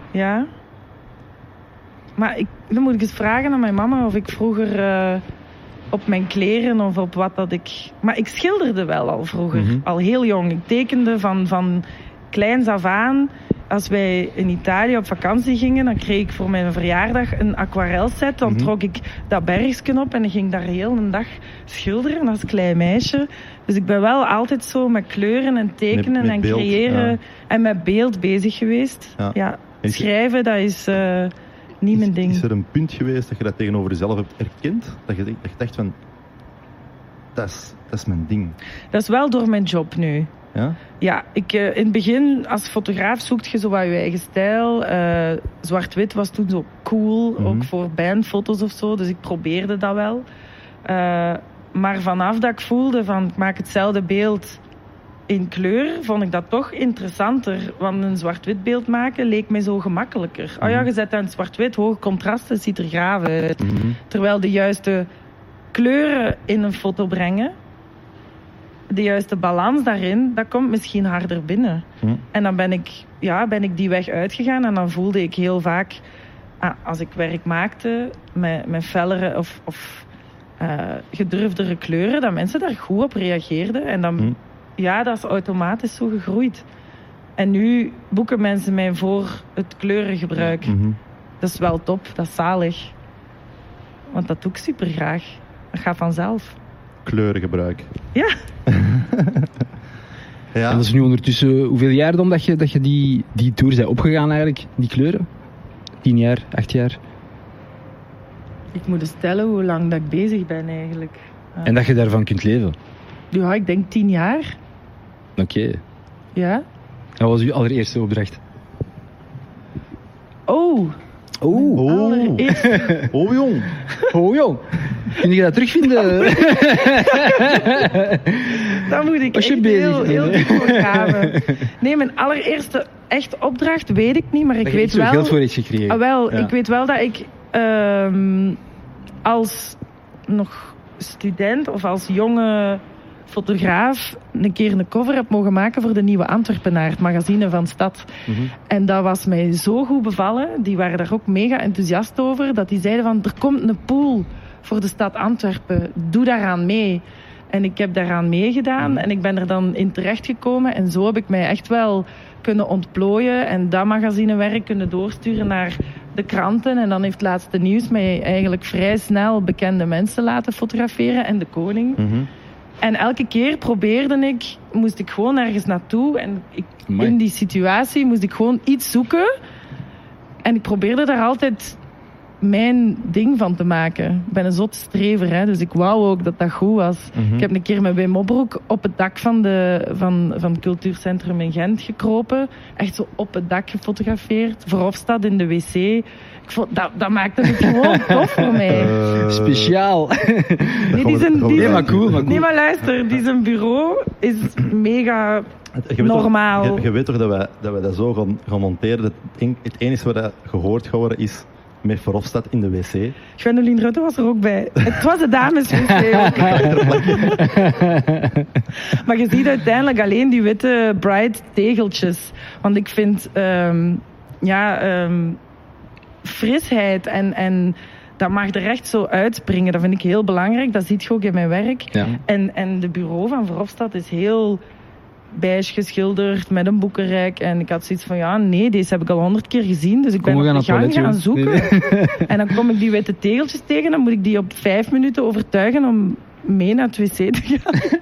Maar dan moet ik eens vragen aan mijn mama of ik vroeger op mijn kleren of op wat dat ik... Maar ik schilderde wel al vroeger, al heel jong. Ik tekende van kleins af aan. Als wij in Italië op vakantie gingen, dan kreeg ik voor mijn verjaardag een aquarelset. Dan trok ik dat bergsken op en dan ging ik daar heel een dag schilderen als klein meisje. Dus ik ben wel altijd zo met kleuren en tekenen met beeld, en creëren en met beeld bezig geweest. Ja. Schrijven, dat is... niet mijn ding. Is er een punt geweest dat je dat tegenover jezelf hebt erkend? Dat je dacht van, dat is mijn ding. Dat is wel door mijn job nu. Ja? Ja, in het begin als fotograaf zoekt je zo wat je eigen stijl. Zwart-wit was toen zo cool, ook voor bandfoto's of zo. Dus ik probeerde dat wel. Maar vanaf dat ik voelde van, ik maak hetzelfde beeld in kleur vond ik dat toch interessanter. Want een zwart-wit beeld maken leek mij zo gemakkelijker. Oh ja, je zet aan het zwart-wit, hoge contrasten, ziet er gaaf uit. Terwijl de juiste kleuren in een foto brengen, de juiste balans daarin, dat komt misschien harder binnen. En dan ben ik die weg uitgegaan en dan voelde ik heel vaak, als ik werk maakte met fellere of gedurfdere kleuren, dat mensen daar goed op reageerden. En dan, dat is automatisch zo gegroeid. En nu boeken mensen mij voor het kleurengebruik. Dat is wel top, dat is zalig. Want dat doe ik super graag. Dat gaat vanzelf. Kleurengebruik. Ja. Ja. En dat is nu ondertussen hoeveel jaar dan dat je die tour bent opgegaan eigenlijk, die kleuren? 10 jaar, 8 jaar? Ik moet eens tellen hoe lang dat ik bezig ben eigenlijk. En dat je daarvan kunt leven? Ja, ik denk 10 jaar. Oké. Ja. Dat was uw allereerste opdracht? Oh, allereerste. Oh jong. Oh jong. Kun je dat terugvinden? Dan moet ik Was je echt bezig? heel diep voor graven. Nee, mijn allereerste echt opdracht weet ik niet, maar ik Dat je weet niet zo wel... geld voor iets gekregen. Ja. Ja. Ik weet wel dat ik als nog student of als jonge fotograaf een keer een cover heb mogen maken voor de Nieuwe Antwerpenaar, het magazine van Stad. En dat was mij zo goed bevallen. Die waren daar ook mega enthousiast over, dat die zeiden van, er komt een pool voor de stad Antwerpen. Doe daaraan mee. En ik heb daaraan meegedaan en ik ben er dan in terechtgekomen. En zo heb ik mij echt wel kunnen ontplooien en dat magazinewerk kunnen doorsturen naar de kranten. En dan heeft Laatste Nieuws mij eigenlijk vrij snel bekende mensen laten fotograferen en de koning. En elke keer moest ik gewoon ergens naartoe. En in die situatie moest ik gewoon iets zoeken. En ik probeerde daar altijd mijn ding van te maken. Ik ben een zot strever, hè, dus ik wou ook dat dat goed was. Ik heb een keer met Wim Obroek op het dak van het cultuurcentrum in Gent gekropen. Echt zo op het dak gefotografeerd. Verhofstadt in de wc. Ik vond, dat maakte het gewoon tof voor mij. Speciaal. Maar cool. Nee, maar luister, die zijn bureau is mega normaal. Je weet toch dat we dat zo gaan monteren. Het enige wat gehoord gaat worden is met Verhofstadt in de wc. Gwendoline Rutte was er ook bij. Het was de dameswc ook. Maar je ziet uiteindelijk alleen die witte bright tegeltjes. Want ik vind frisheid en dat mag er echt zo uitspringen. Dat vind ik heel belangrijk. Dat zie je ook in mijn werk. Ja. En de bureau van Verhofstadt is heel beige geschilderd met een boekenrek. En ik had zoiets van, deze heb ik al 100 keer gezien. Dus ik ben op de gang gaan zoeken. Nee. En dan kom ik die witte tegeltjes tegen. Dan moet ik die op 5 minuten overtuigen om mee naar het wc te gaan.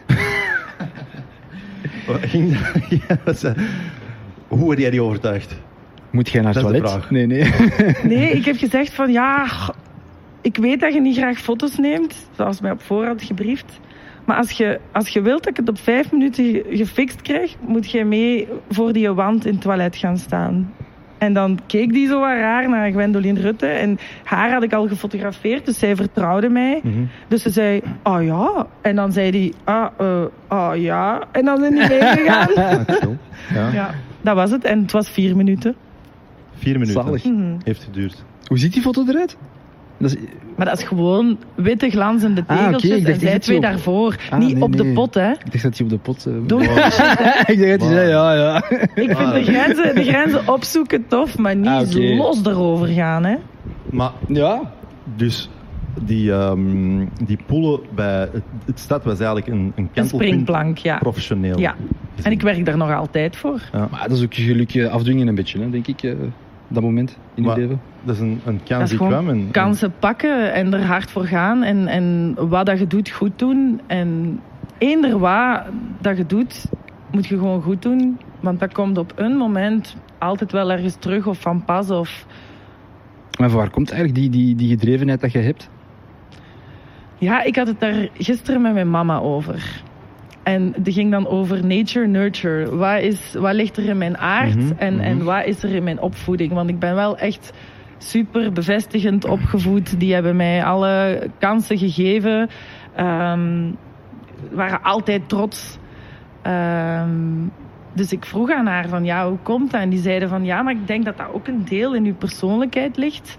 Hoe heb jij die overtuigd? Moet jij naar het toilet? Nee. Nee, ik heb gezegd van, ik weet dat je niet graag foto's neemt. Zoals mij op voorhand gebriefd. Maar als je wilt dat ik het op 5 minuten gefixt krijg, moet je mee voor die wand in het toilet gaan staan. En dan keek die zo wat raar naar Gwendoline Rutte. En haar had ik al gefotografeerd, dus zij vertrouwde mij. Dus ze zei, ja. En dan zei die, ja. En dan zijn die meegegaan. Ja, dat was het. En het was 4 minuten. 4 minuten? Zalig. Heeft geduurd. Hoe ziet die foto eruit? Maar dat is gewoon witte glanzende tegeltjes en zij twee daarvoor. Niet op de pot, hè. Ik dacht dat hij op de pot... Ik dacht dat hij zei, ja. Ik vind de grenzen opzoeken tof, maar niet los erover gaan, hè. Maar, dus die poelen bij het stad was eigenlijk een kantelpunt. Een springplank, ja. Professioneel. Ja. En ik werk daar nog altijd voor. Ja. Maar dat is ook je geluk afdwingen een beetje, hè, denk ik. Dat moment in je leven. Dat is een kans die kwam. Kansen pakken en er hard voor gaan. En wat dat je doet, goed doen. En eender wat dat je doet, moet je gewoon goed doen. Want dat komt op een moment altijd wel ergens terug of van pas. Maar van waar komt eigenlijk die gedrevenheid dat je hebt? Ja, ik had het daar gisteren met mijn mama over. En die ging dan over nature, nurture. Wat ligt er in mijn aard en wat is er in mijn opvoeding? Want ik ben wel echt super bevestigend opgevoed. Die hebben mij alle kansen gegeven. Waren altijd trots. Dus ik vroeg aan haar van, ja, hoe komt dat? En die zeiden van, ja, maar ik denk dat dat ook een deel in uw persoonlijkheid ligt.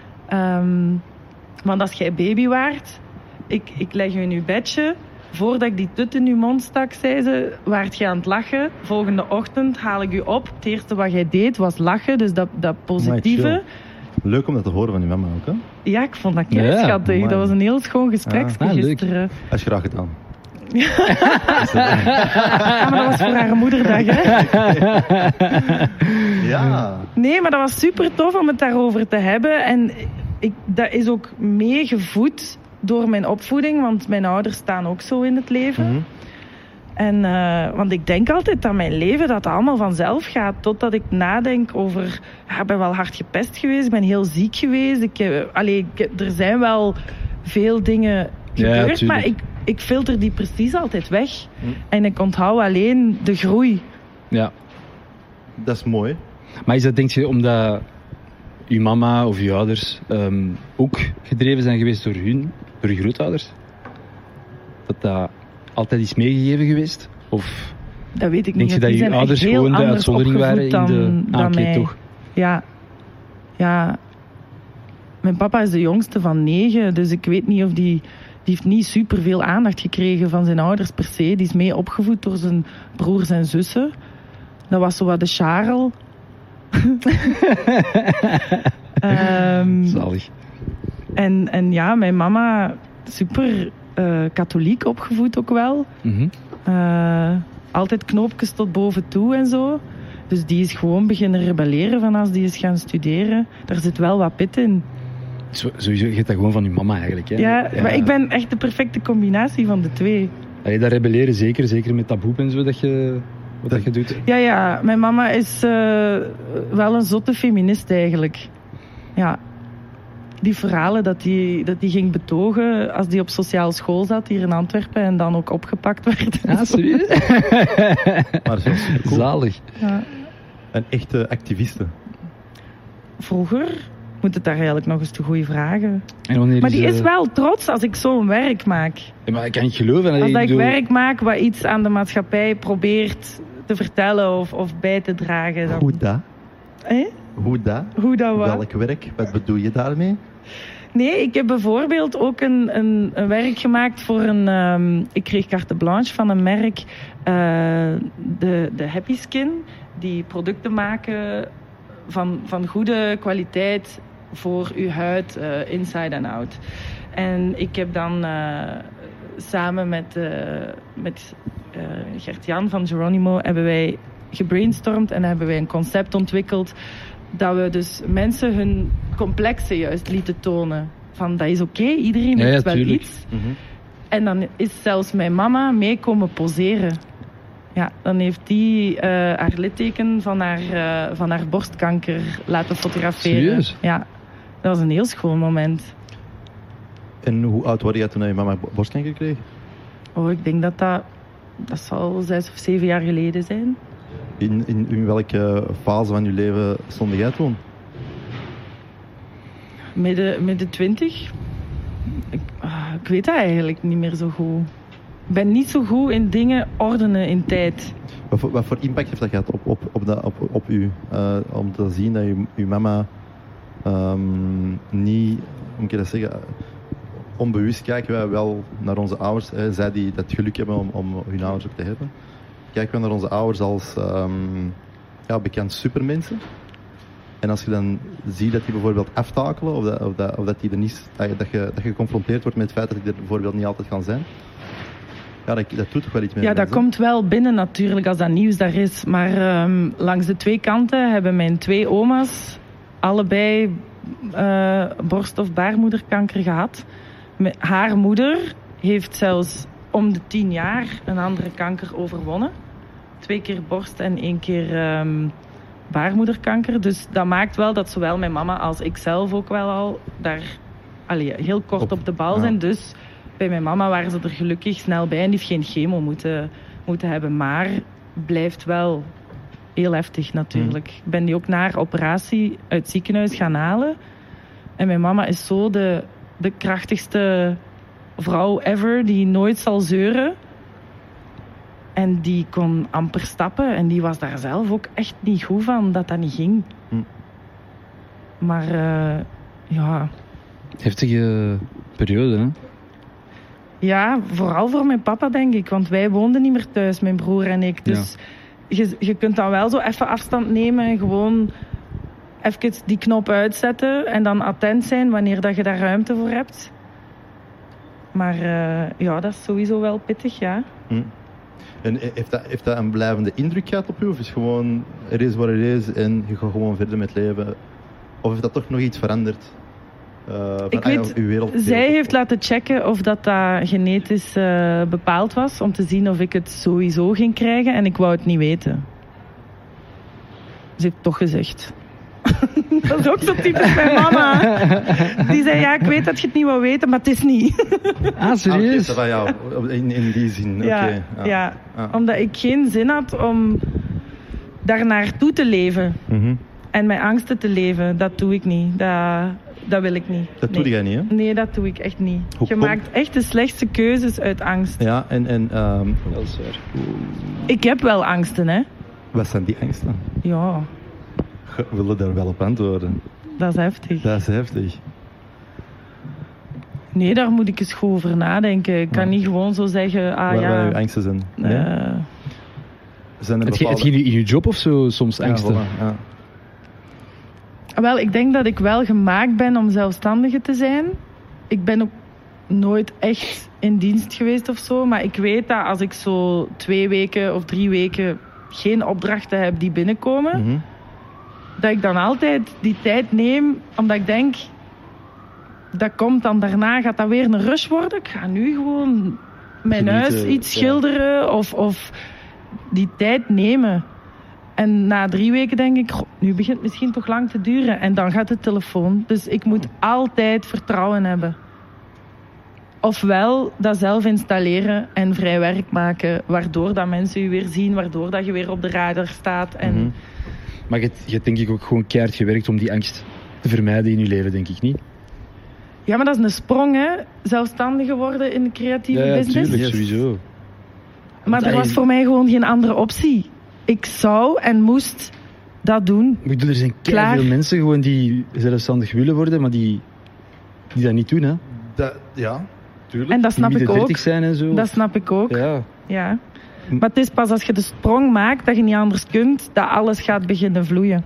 Want als jij baby waart, ik leg je in uw bedje. Voordat ik die tut in uw mond stak, zei ze, waart je aan het lachen. Volgende ochtend haal ik u op. Het eerste wat jij deed was lachen, dus dat positieve. Amai, leuk om dat te horen van je mama ook, hè? Ja, ik vond dat schattig. amai. Dat was een heel schoon gespreksje leuk. gisteren. Dat is graag gedaan. Ja, maar dat was voor haar moederdag, hè? Ja. Nee, maar dat was super tof om het daarover te hebben. En dat is ook meegevoed door mijn opvoeding, want mijn ouders staan ook zo in het leven. Mhm. En, want ik denk altijd dat mijn leven dat allemaal vanzelf gaat, totdat ik nadenk over, ja, ik ben wel hard gepest geweest, ik ben heel ziek geweest. Er zijn wel veel dingen gebeurd, Ja, maar ik filter die precies altijd weg. Mhm. En ik onthoud alleen de groei. Ja. Dat is mooi. Maar is dat, denk je, omdat uw mama of uw ouders ook gedreven zijn geweest door je grootouders? Dat altijd is meegegeven geweest? Of Dat weet ik denk niet. je dat Die je zijn ouders echt heel gewoon de anders uitzondering waren in opgevoed de... dan oké, mij. toch? Ja. Mijn papa is de jongste van 9, dus ik weet niet of die heeft niet superveel aandacht gekregen van zijn ouders per se. Die is mee opgevoed door zijn broers en zussen. Dat was zo wat de Charles. Zalig. En ja, mijn mama super katholiek opgevoed ook wel. Mhm. Altijd knoopjes tot boven toe en zo. Dus die is gewoon beginnen rebelleren van als die is gaan studeren. Daar zit wel wat pit in. Sowieso, je hebt dat gewoon van je mama eigenlijk. Hè? Ja, maar ik ben echt de perfecte combinatie van de twee. Allee, dat rebelleren zeker met taboe en zo dat je doet. Ja, mijn mama is wel een zotte feminist eigenlijk. Ja. Die verhalen dat die ging betogen als die op sociaal school zat hier in Antwerpen en dan ook opgepakt werd. Ah, serieus? Maar dat is wel supercool. Zalig. Ja. Een echte activiste. Vroeger moet het daar eigenlijk nog eens te goede vragen. En wanneer Maar die is eh, wel trots als ik zo'n werk maak. Ja, maar ik kan niet geloven. Allee, Als dat ik bedoel- werk maak wat iets aan de maatschappij probeert te vertellen of bij te dragen. Dan... Hoe dat? Hoe dat? Hoe dat wat? Welk werk? Wat bedoel je daarmee? Nee, ik heb bijvoorbeeld ook een werk gemaakt voor een... ik kreeg carte blanche van een merk, de Happy Skin, die producten maken van goede kwaliteit voor uw huid, inside en out. En ik heb dan samen met Gert-Jan van Geronimo hebben wij gebrainstormd en hebben wij een concept ontwikkeld dat we dus mensen hun complexen juist lieten tonen. Van dat is oké, iedereen Ja, heeft wel tuurlijk. iets. En dan is zelfs mijn mama mee komen poseren. Ja, dan heeft die haar litteken van haar borstkanker laten fotograferen. Serieus? Ja, dat was een heel schoon moment. En hoe oud was je toen je mama borstkanker kreeg? Oh, ik denk dat zal 6 of 7 jaar geleden zijn. In welke fase van je leven stond jij toen? Midden 20. Ik weet dat eigenlijk niet meer zo goed. Ik ben niet zo goed in dingen ordenen in tijd. Wat voor impact heeft dat gehad op u? Om te zien dat uw mama niet, hoe moet ik dat zeggen, onbewust kijken wij wel naar onze ouders. Zij die dat geluk hebben om hun ouders ook te hebben. Kijken we naar onze ouders als bekend supermensen. En als je dan ziet dat die bijvoorbeeld aftakelen, of dat die er niet, dat je geconfronteerd wordt met het feit dat die er bijvoorbeeld niet altijd kan zijn. Ja, dat doet toch wel iets met Ja, dat mensen. komt wel binnen natuurlijk als dat nieuws daar is. Maar langs de twee kanten hebben mijn 2 oma's allebei borst- of baarmoederkanker gehad. Haar moeder heeft zelfs om de 10 jaar een andere kanker overwonnen. 2 keer borst en 1 keer baarmoederkanker. Dus dat maakt wel dat zowel mijn mama als ik zelf ook wel al daar heel kort op de bal zijn. Dus bij mijn mama waren ze er gelukkig snel bij en die heeft geen chemo moeten hebben. Maar blijft wel heel heftig natuurlijk. Ik ben die ook naar operatie uit het ziekenhuis gaan halen. En mijn mama is zo de krachtigste vrouw ever die nooit zal zeuren. En die kon amper stappen. En die was daar zelf ook echt niet goed van, dat niet ging. Maar ja... Heftige periode, hè? Ja, vooral voor mijn papa, denk ik. Want wij woonden niet meer thuis, mijn broer en ik. Dus je kunt dan wel zo even afstand nemen en gewoon even die knop uitzetten. En dan attent zijn wanneer dat je daar ruimte voor hebt. Maar ja, dat is sowieso wel pittig, ja. En heeft dat een blijvende indruk gehad op u? Of is gewoon, er is wat er is en je gaat gewoon verder met leven? Of heeft dat toch nog iets veranderd? Ik weet, uw wereld, zij heeft laten checken of dat genetisch bepaald was. Om te zien of ik het sowieso ging krijgen. En ik wou het niet weten. Ze heeft toch gezegd. Dat is ook zo typisch mijn mama. Die zei, ja, ik weet dat je het niet wou weten, maar het is niet. Ah, serieus? Van jou, in die zin. Ja, ja. Omdat ik geen zin had om daar naartoe te leven. En mijn angsten te leven. Dat doe ik niet. Dat wil ik niet. Dat doe jij niet, hè? Nee, dat doe ik echt niet. Je maakt echt de slechtste keuzes uit angst. Ja, en Dat is waar. Ik heb wel angsten, hè. Wat zijn die angsten? Ja, Je wilde daar wel op antwoorden. dat is heftig. Dat is heftig. Nee, daar moet ik eens goed over nadenken. Ik kan niet gewoon zo zeggen, Waar uw angsten zijn. Nee? Zijn er Heb je in je job of zo soms angsten? Voilà, ja. Wel, ik denk dat ik wel gemaakt ben om zelfstandige te zijn. Ik ben ook nooit echt in dienst geweest of zo. Maar ik weet dat als ik zo 2 weken of 3 weken geen opdrachten heb die binnenkomen, dat ik dan altijd die tijd neem, omdat ik denk, dat komt dan daarna, gaat dat weer een rush worden. Ik ga nu gewoon mijn huis iets schilderen of die tijd nemen. En na 3 weken denk ik, nu begint het misschien toch lang te duren. En dan gaat de telefoon. Dus ik moet altijd vertrouwen hebben. Ofwel dat zelf installeren en vrij werk maken. Waardoor dat mensen je weer zien. Waardoor dat je weer op de radar staat. En... Maar je hebt denk ik ook gewoon keihard gewerkt om die angst te vermijden in je leven, denk ik niet? Ja, maar dat is een sprong, hè. Zelfstandige worden in de creatieve business. Ja, natuurlijk, sowieso. Maar er was voor mij gewoon geen andere optie. Ik zou en moest dat doen. Maar ik bedoel, er zijn veel mensen gewoon die zelfstandig willen worden, maar die dat niet doen, hè? Ja, tuurlijk. En dat snap die ik ook. 30 zijn en zo. Dat snap ik ook. Ja. Maar het is pas als je de sprong maakt, dat je niet anders kunt, dat alles gaat beginnen vloeien.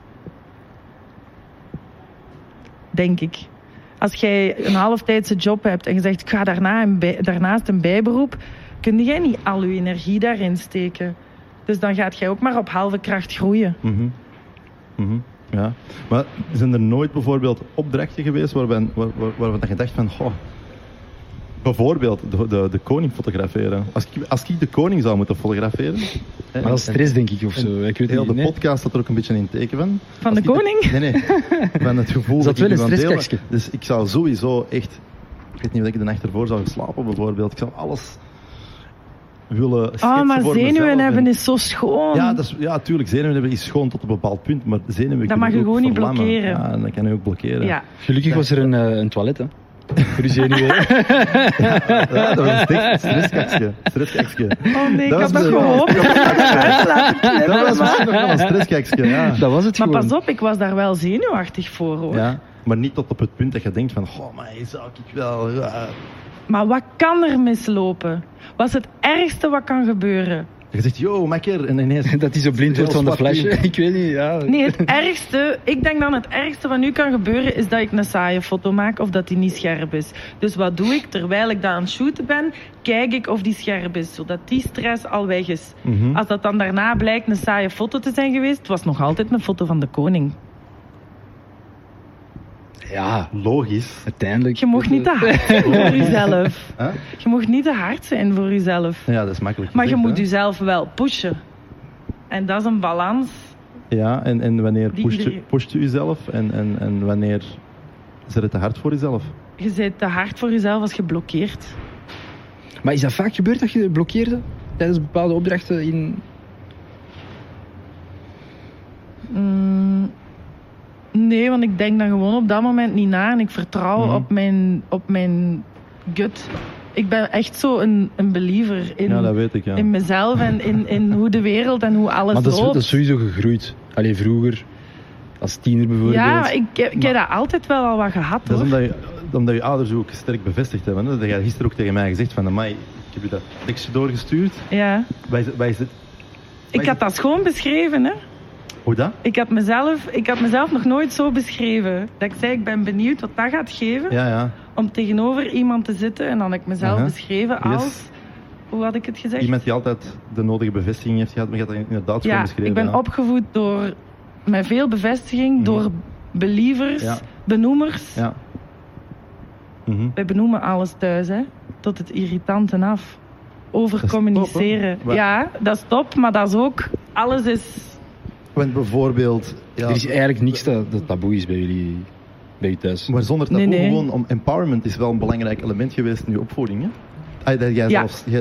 Denk ik. Als jij een halftijdse job hebt en je zegt, ik ga daarnaast een bijberoep, kun jij niet al je energie daarin steken. Dus dan gaat jij ook maar op halve kracht groeien. Ja. Maar zijn er nooit bijvoorbeeld opdrachten geweest waarvan je dacht van, bijvoorbeeld de koning fotograferen. Als ik de koning zou moeten fotograferen... Maar dat is stress, denk ik, of zo. Ik weet heel niet, de podcast staat er ook een beetje in teken van. Van de koning? Nee. Van het gevoel dat wel een stresskastje. Dus ik zou sowieso echt... Ik weet niet of ik de nacht ervoor zou slapen, bijvoorbeeld. Ik zou alles willen schetsen maar voor zenuwen mezelf. hebben is zo schoon. Ja, tuurlijk. Zenuwen hebben is schoon tot een bepaald punt. Maar zenuwen dat mag je gewoon niet verlammen. blokkeren. Ja, dat kan je ook blokkeren. Ja. Gelukkig was er een toilet, hè. Voor je zenuwen. Ja, dat was een stresskakje. Oh nee, ik Dat had was dat de- gehoopt. Dat was misschien nog wel een stresskakje, ja. Dat was het Maar gewoon. pas op, ik was daar wel zenuwachtig voor, hoor. Ja, maar niet tot op het punt dat je denkt van, maar zou ik wel... Maar wat kan er mislopen? Wat is het ergste wat kan gebeuren? Je zegt, yo, makker, en ineens... Dat hij zo blind wordt van de flash. Ik weet niet, ja. Nee, het ergste, ik denk dan het ergste wat nu kan gebeuren is dat ik een saaie foto maak of dat die niet scherp is. Dus wat doe ik? Terwijl ik daar aan het shooten ben, kijk ik of die scherp is, zodat die stress al weg is. Als dat dan daarna blijkt een saaie foto te zijn geweest, het was nog altijd een foto van de koning. Ja, Logisch. uiteindelijk. Je mocht niet te hard zijn voor jezelf. Huh? Je mocht niet te hard zijn voor jezelf. Ja, dat is makkelijk Maar je gezegd, moet hè. jezelf wel pushen. En dat is een balans. Ja, en wanneer Die iedereen- pusht u jezelf en wanneer zet het te hard voor jezelf? Je bent te hard voor jezelf als je blokkeert. Maar is dat vaak gebeurd dat je blokkeerde? Tijdens bepaalde opdrachten in... Nee, want ik denk dan gewoon op dat moment niet na. En ik vertrouw op mijn gut. Ik ben echt zo een believer Ja, dat weet ik, ja. in mezelf en in hoe de wereld en hoe alles Maar dat loopt. is sowieso gegroeid. Allee, vroeger, als tiener bijvoorbeeld. Ja, ik heb dat altijd wel al wat gehad, Dat is hoor. omdat je ouders ook sterk bevestigd hebben. Hè? Dat jij gisteren ook tegen mij gezegd van, amai, ik heb je dat tekstje doorgestuurd. Ja. Wij zit... Ik had dat schoon beschreven, hè. Hoe dat? Ik had mezelf nog nooit zo beschreven. Dat ik zei, ik ben benieuwd wat dat gaat geven. Ja, ja. Om tegenover iemand te zitten. En dan heb ik mezelf Aha. beschreven als... Yes. Hoe had ik het gezegd? Iemand die altijd de nodige bevestiging heeft gehad, maar je had dat inderdaad gewoon Ja, beschreven. ik ben ja. opgevoed door... Met veel bevestiging, door believers, Ja. benoemers. Ja. Mhm. Wij benoemen alles thuis, hè. Tot het irritante af. Over Dat is communiceren. top, hè? Ja, dat is top, maar dat is ook... Alles is... Want bijvoorbeeld... Ja, Er is eigenlijk niks dat taboe is bij jullie thuis. maar zonder taboe, Nee. gewoon om empowerment is wel een belangrijk element geweest in je opvoeding. Hè? Dat jij Ja. zelfs...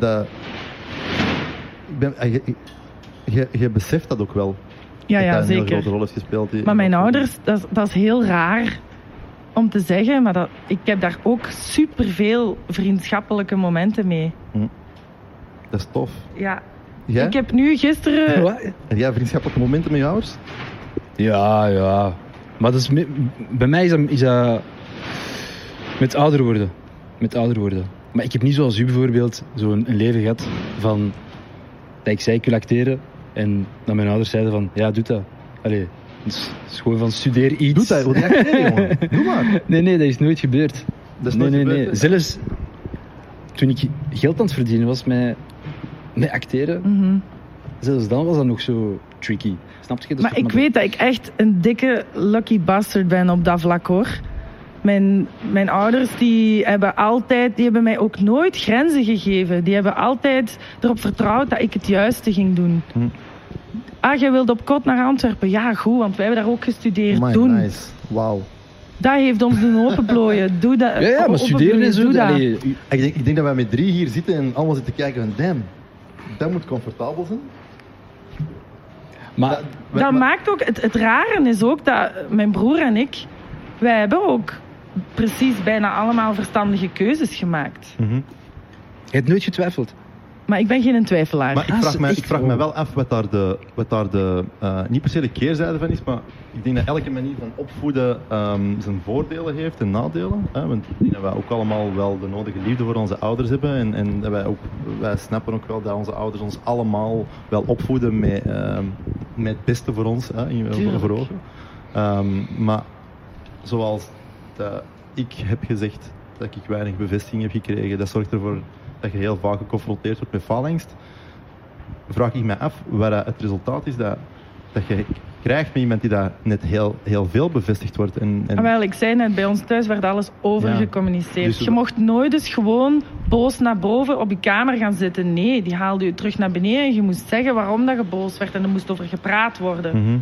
Je beseft dat ook wel. Ja, ja, dat een heel zeker. grote rol heeft gespeeld. Maar mijn ouders, dat is heel raar om te zeggen, maar ik heb daar ook superveel vriendschappelijke momenten mee. Dat is tof. Ja. Jij? Ik heb nu gisteren... Wat? Heb jij vriendschappelijke momenten met je ouders? Ja, ja. Maar dat is bij mij is dat met ouder worden. Met ouder worden. Maar ik heb niet zoals u bijvoorbeeld zo'n een leven gehad van dat ik zei ik wil acteren en dat mijn ouders zeiden van ja, doe dat. Allee, het is gewoon van studeer iets. Doe dat, wil je acteren, jongen? Doe maar. Nee, dat is nooit gebeurd. Dat is nooit gebeurd, hè? Zelfs toen ik geld aan het verdienen was met acteren, Mhm. zelfs dan was dat nog zo tricky. Snap je? Dat is Maar toch ik nog- weet dat ik echt een dikke lucky bastard ben op dat vlak, hoor. Mijn ouders die hebben mij ook nooit grenzen gegeven. Die hebben altijd erop vertrouwd dat ik het juiste ging doen. Jij wilde op kot naar Antwerpen? Ja, goed, want wij hebben daar ook gestudeerd. Amai, doen. nice. Wauw. Dat heeft ons doen openplooien. Doe dat. Ja, maar studeren en zo. Doe dat. allee, Ik denk dat wij met 3 hier zitten en allemaal zitten kijken van damn, dat moet comfortabel zijn. maar Dat maakt ook... Het rare is ook dat mijn broer en ik... Wij hebben ook precies bijna allemaal verstandige keuzes gemaakt. je hebt nooit getwijfeld. Maar ik ben geen twijfelaar. Maar ik vraag me Oh. wel af wat daar de niet per se de keerzijde van is, maar ik denk dat elke manier van opvoeden zijn voordelen heeft en nadelen. Hè? Want ik denk dat wij ook allemaal wel de nodige liefde voor onze ouders hebben en dat wij snappen ook wel dat onze ouders ons allemaal wel opvoeden met het beste voor ons, hè, voor ogen. Maar zoals ik heb gezegd dat ik weinig bevestiging heb gekregen, dat zorgt ervoor dat je heel vaak geconfronteerd wordt met faalangst. Vraag ik mij af wat het resultaat is dat je krijgt met iemand die dat net heel veel bevestigd wordt. En Wel, ik zei net, bij ons thuis werd alles over Ja. gecommuniceerd. Dus- Je mocht nooit eens gewoon boos naar boven op je kamer gaan zitten. Nee, die haalde je terug naar beneden en je moest zeggen waarom dat je boos werd en er moest over gepraat worden. Mhm.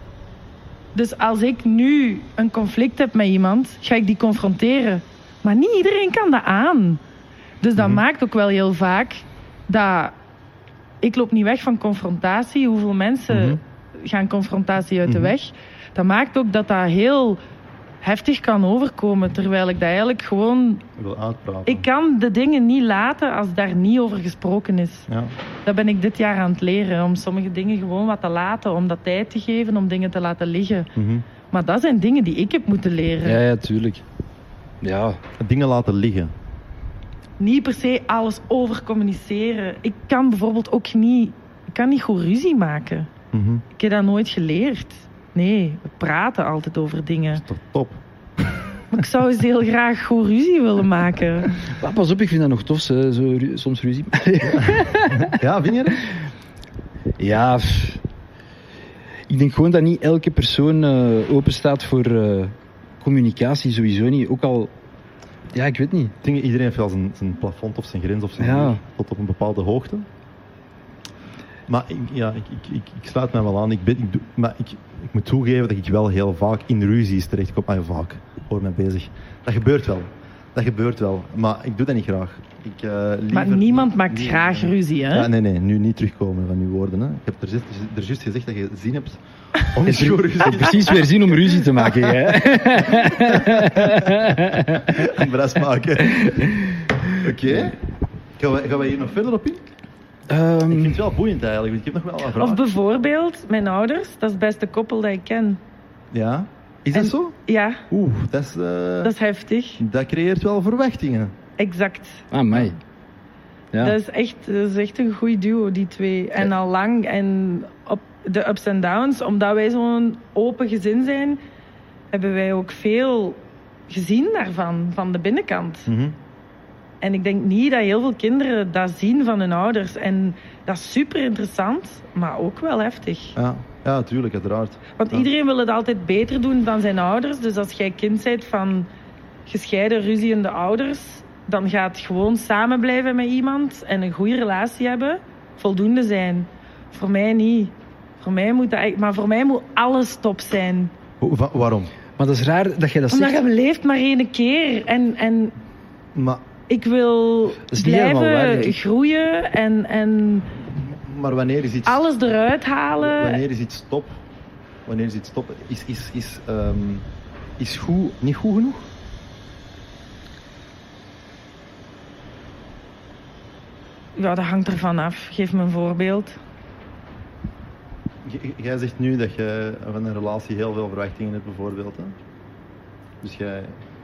Dus als ik nu een conflict heb met iemand, ga ik die confronteren. Maar niet iedereen kan dat aan. Dus dat maakt ook wel heel vaak dat... Ik loop niet weg van confrontatie. Hoeveel mensen gaan confrontatie uit de weg? Dat maakt ook dat dat heel heftig kan overkomen. Terwijl ik dat eigenlijk gewoon... Ik wil uitpraten. Ik kan de dingen niet laten als daar niet over gesproken is. Ja. Dat ben ik dit jaar aan het leren. Om sommige dingen gewoon wat te laten. Om dat tijd te geven. Om dingen te laten liggen. Mhm. Maar dat zijn dingen die ik heb moeten leren. Ja, tuurlijk. Ja, Dingen laten liggen. Niet per se alles over communiceren. Ik kan bijvoorbeeld ook niet... Ik kan niet goed ruzie maken. Mhm. Ik heb dat nooit geleerd. Nee, we praten altijd over dingen. Toch top. Maar ik zou eens heel graag goed ruzie willen maken. maar pas op, ik vind dat nog tof, zo soms ruzie. Ja, vind je dat? Ja, ik denk gewoon dat niet elke persoon open staat voor communicatie, sowieso niet. Ook al, ja, ik weet niet. Ik denk, iedereen heeft wel zijn plafond of zijn grens of zijn Ja. muur tot op een bepaalde hoogte. Maar ik sluit mij wel aan. Ik moet toegeven dat ik wel heel vaak in ruzies terechtkom. Vaak, hoor mij bezig. Dat gebeurt wel. Maar ik doe dat niet graag. Maar niemand maakt graag ruzie, hè? Ja, nee, nu niet terugkomen van uw woorden. Hè. Ik heb er juist gezegd dat je zin hebt om eens goed ruzie Ik heb precies weer zin om ruzie te maken. Hè? en bras maken. Oké. Gaan we hier nog verder op in? Ik vind het wel boeiend eigenlijk, want ik heb nog wel een vraag. Of bijvoorbeeld, mijn ouders, dat is het beste koppel dat ik ken. Ja? Is dat En- zo? Ja, Oeh, dat is... dat is heftig. Dat creëert wel verwachtingen. Exact. Ah, mij. Ja. Dat is echt een goed duo, die twee. En al lang. En op de ups en downs, omdat wij zo'n open gezin zijn, hebben wij ook veel gezien daarvan, van de binnenkant. Mhm. En ik denk niet dat heel veel kinderen dat zien van hun ouders. En dat is super interessant, maar ook wel heftig. Ja, tuurlijk, uiteraard. Want Ja. iedereen wil het altijd beter doen dan zijn ouders. Dus als jij kind bent van gescheiden, ruziende ouders, dan gaat gewoon samen blijven met iemand en een goede relatie hebben, voldoende zijn. Voor mij niet. Maar voor mij moet alles top zijn. Waarom? Maar dat is raar dat jij dat Omdat zegt. je leeft maar één keer. En Maar, ik wil is niet helemaal waar, denk blijven ik. groeien en maar wanneer is iets... alles eruit halen. Wanneer is iets top? Wanneer is iets top? Is goed niet goed genoeg? Ja, dat hangt ervan af. Geef me een voorbeeld. Jij zegt nu dat je van een relatie heel veel verwachtingen hebt, bijvoorbeeld. Hè? Dus jij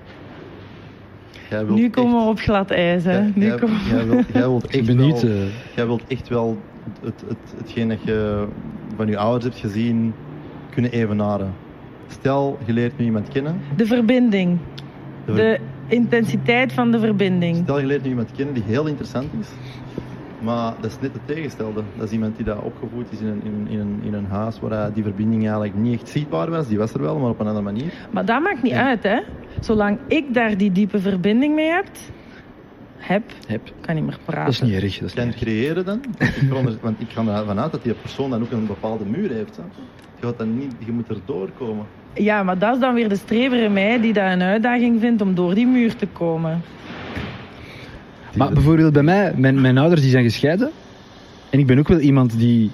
wilt Nu komen we op glad ijs, hè. Nu Jij komen we... jij wilt Ik echt ben wel... niet... Jij wilt echt wel hetgeen dat je van je ouders hebt gezien kunnen evenaren. Stel, je leert nu iemand kennen. De verbinding. De intensiteit van de verbinding. Stel, je leert nu iemand kennen die heel interessant is. Maar dat is net het tegenstelde. Dat is iemand die daar opgevoed is in een huis waar die verbinding eigenlijk niet echt zichtbaar was. Die was er wel, maar op een andere manier. Maar dat maakt niet Ja. uit, hè. Zolang ik daar die diepe verbinding mee heb, kan niet meer praten. Dat is niet erg. Dat is Kan niet het erg. creëren dan? Want ik ga ervan uit dat die persoon dan ook een bepaalde muur heeft. Hè. Je moet erdoor komen. Ja, maar dat is dan weer de strever in mij die dat een uitdaging vindt om door die muur te komen. Maar bijvoorbeeld bij mij, mijn ouders die zijn gescheiden. En ik ben ook wel iemand die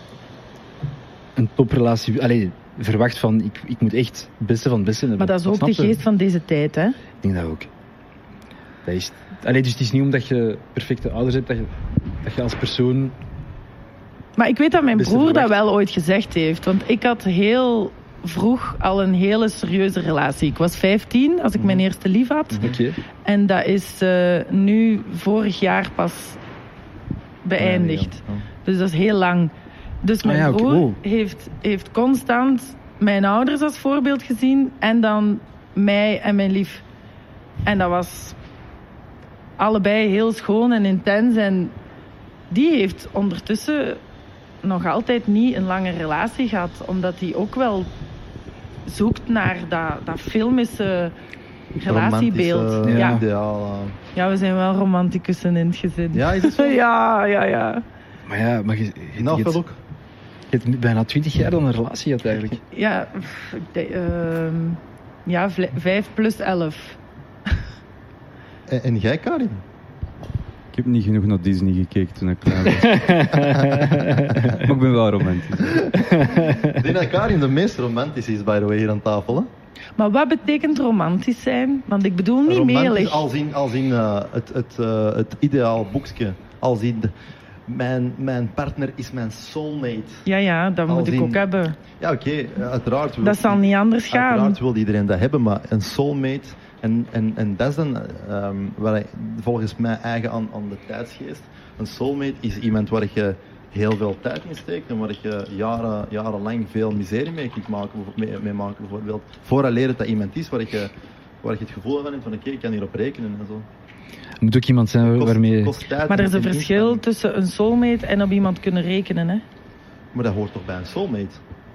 een toprelatie verwacht van ik moet echt het beste van het beste hebben. Maar dat is ook de snap je? geest van deze tijd, hè. Ik denk dat ook. Dat is, dus het is niet omdat je perfecte ouders hebt dat je als persoon... Maar ik weet dat mijn Beste broer dat verwacht. wel ooit gezegd heeft. Want ik had heel vroeg al een hele serieuze relatie. Ik was 15 als ik mijn eerste lief had. Oké. En dat is nu vorig jaar pas beëindigd. Ja. Dus dat is heel lang. Dus mijn ja, oké. broer Wow. heeft constant mijn ouders als voorbeeld gezien. En dan mij en mijn lief. En dat was allebei heel schoon en intens. En die heeft ondertussen nog altijd niet een lange relatie gehad. Omdat hij ook wel zoekt naar dat filmische relatiebeeld. Romantische Ja. ideaal. Ja, we zijn wel romanticussen in het gezin. Ja, is het zo? Ja. Maar ja, maar je Nou, hebt- veel ook. je hebt bijna 20 jaar dan een relatie gehad eigenlijk. Ja, ik denk, ja, 5 plus 11. En jij, Karin? Ik heb niet genoeg naar Disney gekeken toen ik klein was. Maar ik ben wel romantisch. Ik denk dat Karin de meest romantisch is, by the way, hier aan tafel. Hè? Maar wat betekent romantisch zijn? Want ik bedoel niet melig. Als in het ideaal boekje. Als in mijn partner is mijn soulmate. Ja, dat moet Als ik in- ook hebben. Ja, oké, uiteraard. Dat zal niet anders gaan. Uiteraard wil iedereen dat hebben, maar een soulmate... En dat is dan wat ik, volgens mij eigen aan de tijdsgeest. Een soulmate is iemand waar je heel veel tijd in steekt en waar je jarenlang veel miserie mee kunt maken, mee maken bijvoorbeeld. Vooraleer het dat iemand is waar je het gevoel van hebt van oké, ik kan hierop rekenen en zo. Het moet ook iemand zijn waarmee... Kost tijd Maar er is en een verschil inspanning. tussen een soulmate en op iemand kunnen rekenen, hè? Maar dat hoort toch bij een soulmate?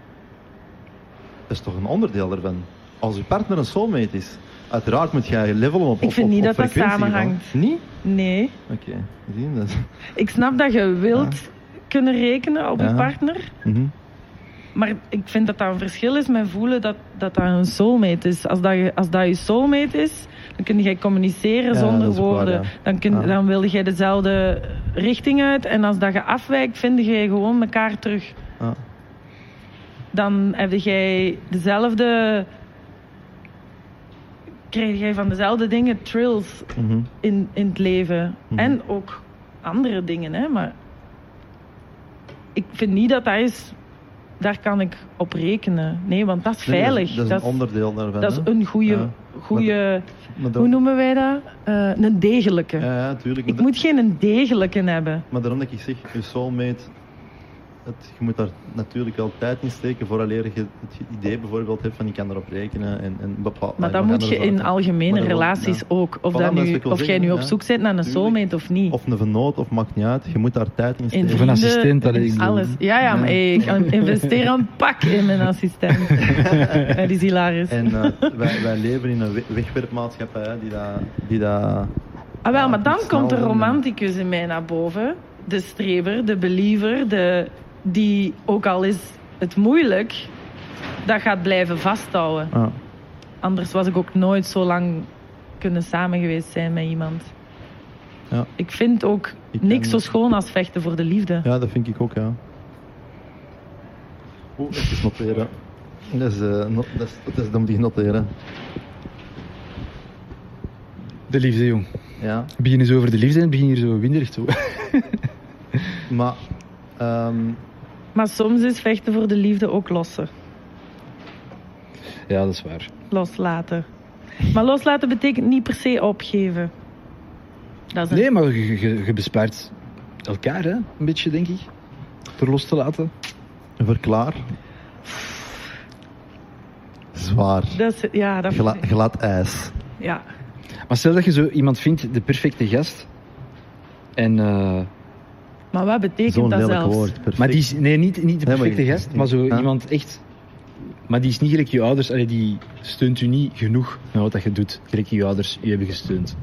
Dat is toch een onderdeel ervan? Als je partner een soulmate is, uiteraard moet jij levelen op Ik vind niet dat dat frequentie van- samenhangt. Niet? Nee. Oké, zie je dat? Ik snap dat je wilt kunnen rekenen op Ja. je partner. Mhm. Maar ik vind dat dat een verschil is met voelen dat een soulmate is. Als dat je soulmate is, dan kun je communiceren Ja, zonder dat is ook waar, woorden. ja. Dan wil je dezelfde richting uit. En als dat je afwijkt, vind je gewoon elkaar terug. Ja. Dan heb jij dezelfde krijg jij van dezelfde dingen thrills Mhm. in het leven. Mhm. En ook andere dingen, hè. Maar ik vind niet dat is... Daar kan ik op rekenen. Nee, want dat is Nee, veilig. dat is een onderdeel daarvan. dat is hè. een goede... Ja. Maar Hoe noemen wij dat? Een degelijke. Ja, tuurlijk. Ik moet geen degelijke hebben. Maar daarom dat ik zeg, je soulmate, je moet daar natuurlijk wel tijd in steken vooraleer je het idee bijvoorbeeld hebt van ik kan erop rekenen en bepaald. Maar dat moet je in algemene relaties ook. Of, Voilà, dat dat is nu, wat ik wil of jij zeggen, nu op ja. zoek bent naar een Tuurlijk. soulmate of niet. Of een vennoot, of maakt niet uit. Je moet daar tijd in In steken. Of een vrienden, assistent, dat ik bedoel. alles. Ja, maar hey, ik investeer een pak in mijn assistent. Ja, die is hilarisch. En wij leven in een wegwerpmaatschappij hè, die dat Ah, wel, maar dan snel komt de vinden. romanticus in mij naar boven. De streber, de believer, die ook al is het moeilijk, dat gaat blijven vasthouden. Ah, Anders was ik ook nooit zo lang kunnen samen geweest zijn met iemand. ja. Ik vind ook Ik niks ken- zo schoon als vechten voor de liefde. Ja, dat vind ik ook, ja. Oeh, even noteren. Dat is om die noteren. De liefde, jong. Ja, We beginnen zo over de liefde en het begin hier zo winderig zo. maar Maar soms is vechten voor de liefde ook lossen. Ja, dat is waar. Loslaten. Maar loslaten betekent niet per se opgeven. Dat is een... Nee, maar je bespaart elkaar, hè? Een beetje, denk ik. Door los te laten. verklaar. Zwaar. Dat is, ja, dat Glad ijs. ja. Maar stel dat je zo iemand vindt, de perfecte gast. En... Maar wat betekent Zo'n dat lelijk zelfs? woord. Perfect. Maar die is, nee, niet de Nee, maar perfecte je- gast, maar zo Ja. iemand echt... Maar die is niet gelijk je ouders, allee, die steunt u niet genoeg met wat dat je doet. Gelijk je ouders u hebben gesteund.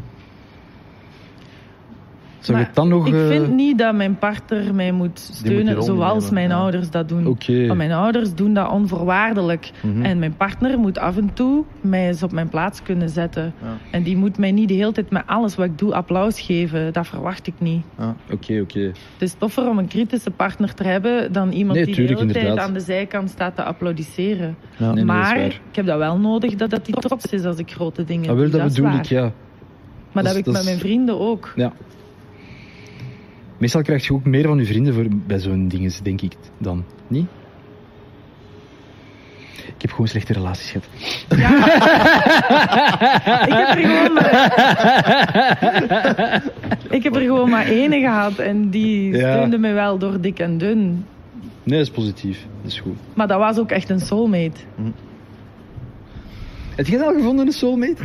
Zou je Maar het dan nog... Ik vind niet dat mijn partner mij moet die steunen rol zoals innemen, mijn ja. ouders dat doen. Oké. Want mijn ouders doen dat onvoorwaardelijk. Mhm. En mijn partner moet af en toe mij eens op mijn plaats kunnen zetten. Ja. En die moet mij niet de hele tijd met alles wat ik doe applaus geven. Dat verwacht ik niet. Ja. Oké. Het is toffer om een kritische partner te hebben dan iemand Nee, die tuurlijk, de hele tijd inderdaad. aan de zijkant staat te applaudisseren. Ja. Nee, maar dat is waar. ik heb dat wel nodig dat die trots is als ik grote dingen Ah, wel, doe. dat is bedoel waar. ik, ja. Maar dat heb ik dat met is- mijn vrienden ook. Ja. Meestal krijg je ook meer van je vrienden voor, bij zo'n dinges, denk ik dan. Niet? Ik heb gewoon slechte relaties gehad. Ik heb er gewoon maar ene gehad en die Ja. steunde me wel door dik en dun. Nee, dat is positief. Dat is goed. Maar dat was ook echt een soulmate. Heb je dat al gevonden, een soulmate?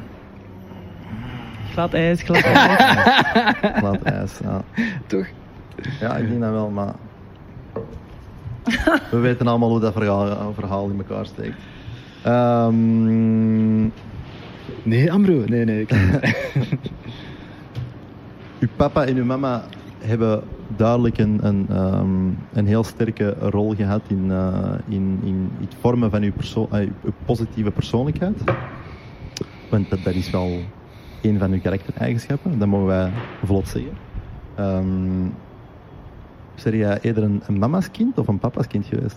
Glad ijs, glad ijs. Glad ijs. Ja. Toch? Ja, ik denk dat wel, maar... We weten allemaal hoe dat verhaal in elkaar steekt. Nee, Ambro. Nee. Uw papa en uw mama hebben duidelijk een heel sterke rol gehad in het vormen van uw positieve persoonlijkheid. Want dat is wel een van uw karaktereigenschappen, dat mogen wij vlot zeggen. Zeg jij eerder een mama's kind of een papa's kind geweest?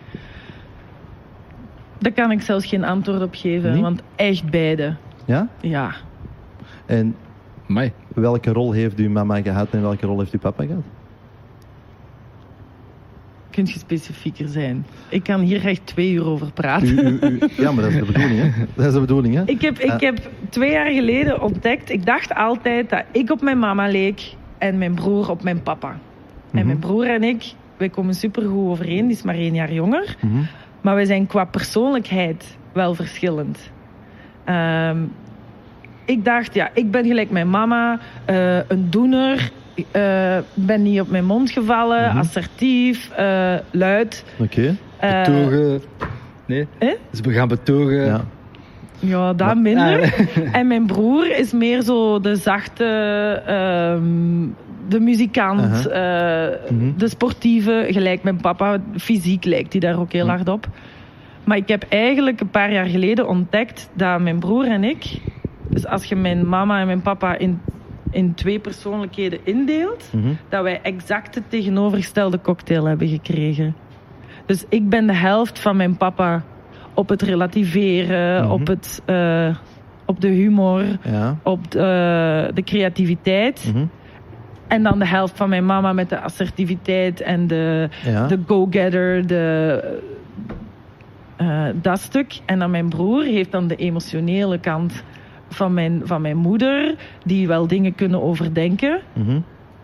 Daar kan ik zelfs geen antwoord op geven, Nee? want echt beide. Ja? Ja. En Amai. welke rol heeft uw mama gehad en welke rol heeft uw papa gehad? Kun je specifieker zijn? Ik kan hier echt 2 uur over praten. Ja, maar dat is de bedoeling, hè? Dat is de bedoeling, hè? Ik heb 2 jaar geleden ontdekt, ik dacht altijd dat ik op mijn mama leek en mijn broer op mijn papa. En mijn broer en ik, wij komen supergoed overeen, die is maar 1 jaar jonger. Mhm. Maar wij zijn qua persoonlijkheid wel verschillend. Ik dacht, ja, ik ben gelijk mijn mama, een doener, ben niet op mijn mond gevallen, assertief, luid. Oké. Betogen. Nee? Dus we gaan betogen. Ja. Ja, dat minder. En mijn broer is meer zo de zachte, de muzikant, de sportieve, gelijk mijn papa. Fysiek lijkt hij daar ook heel hard op. Maar ik heb eigenlijk een paar jaar geleden ontdekt dat mijn broer en ik, dus als je mijn mama en mijn papa in 2 persoonlijkheden indeelt, dat wij exact het tegenovergestelde cocktail hebben gekregen. Dus ik ben de helft van mijn papa op het relativeren, op het op de humor, Ja. op de creativiteit. Mhm. En dan de helft van mijn mama met de assertiviteit en de go-getter, dat stuk. En dan mijn broer heeft dan de emotionele kant van mijn moeder, die wel dingen kunnen overdenken. Mhm.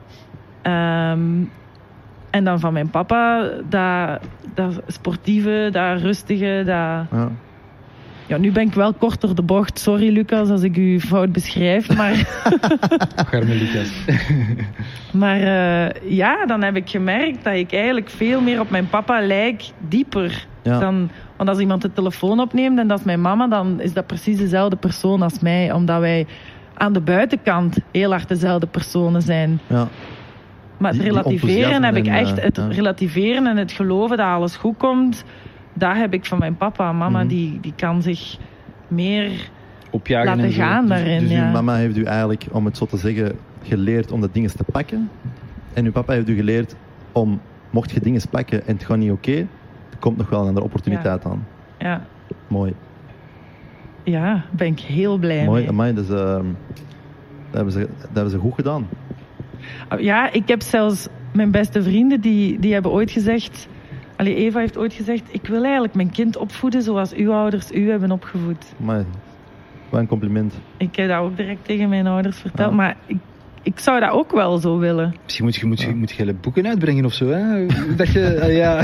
En dan van mijn papa, dat sportieve, dat rustige, dat... Ja. Ja, nu ben ik wel kort door de bocht. Sorry, Lucas, als ik u fout beschrijf. Maar, Arme Lucas. maar ja, dan heb ik gemerkt dat ik eigenlijk veel meer op mijn papa lijk, dieper. Ja. Want als iemand de telefoon opneemt en dat is mijn mama, dan is dat precies dezelfde persoon als mij. Omdat wij aan de buitenkant heel hard dezelfde personen zijn. Ja. Maar het Die relativeren heb ik enthousiasme echt... Het ja. relativeren en het geloven dat alles goed komt, dat heb ik van mijn papa. Mama, Mhm. die kan zich meer Opjagen laten en zo. gaan daarin. Dus ja. uw mama heeft u eigenlijk, om het zo te zeggen, geleerd om de dingen te pakken. En uw papa heeft u geleerd om, mocht je dingen pakken en het gaat niet oké, er komt nog wel een andere opportuniteit aan. Ja. Mooi. Ja, daar ben ik heel blij Mooi, mee. amai, dus, dat hebben ze goed gedaan. Ja, ik heb zelfs mijn beste vrienden, die hebben ooit gezegd... Eva heeft ooit gezegd, ik wil eigenlijk mijn kind opvoeden zoals uw ouders u hebben opgevoed. Amai, wat een compliment. Ik heb dat ook direct tegen mijn ouders verteld, Ja. maar ik zou dat ook wel zo willen. Misschien moet je boeken uitbrengen of zo, hè? Dat je... ja.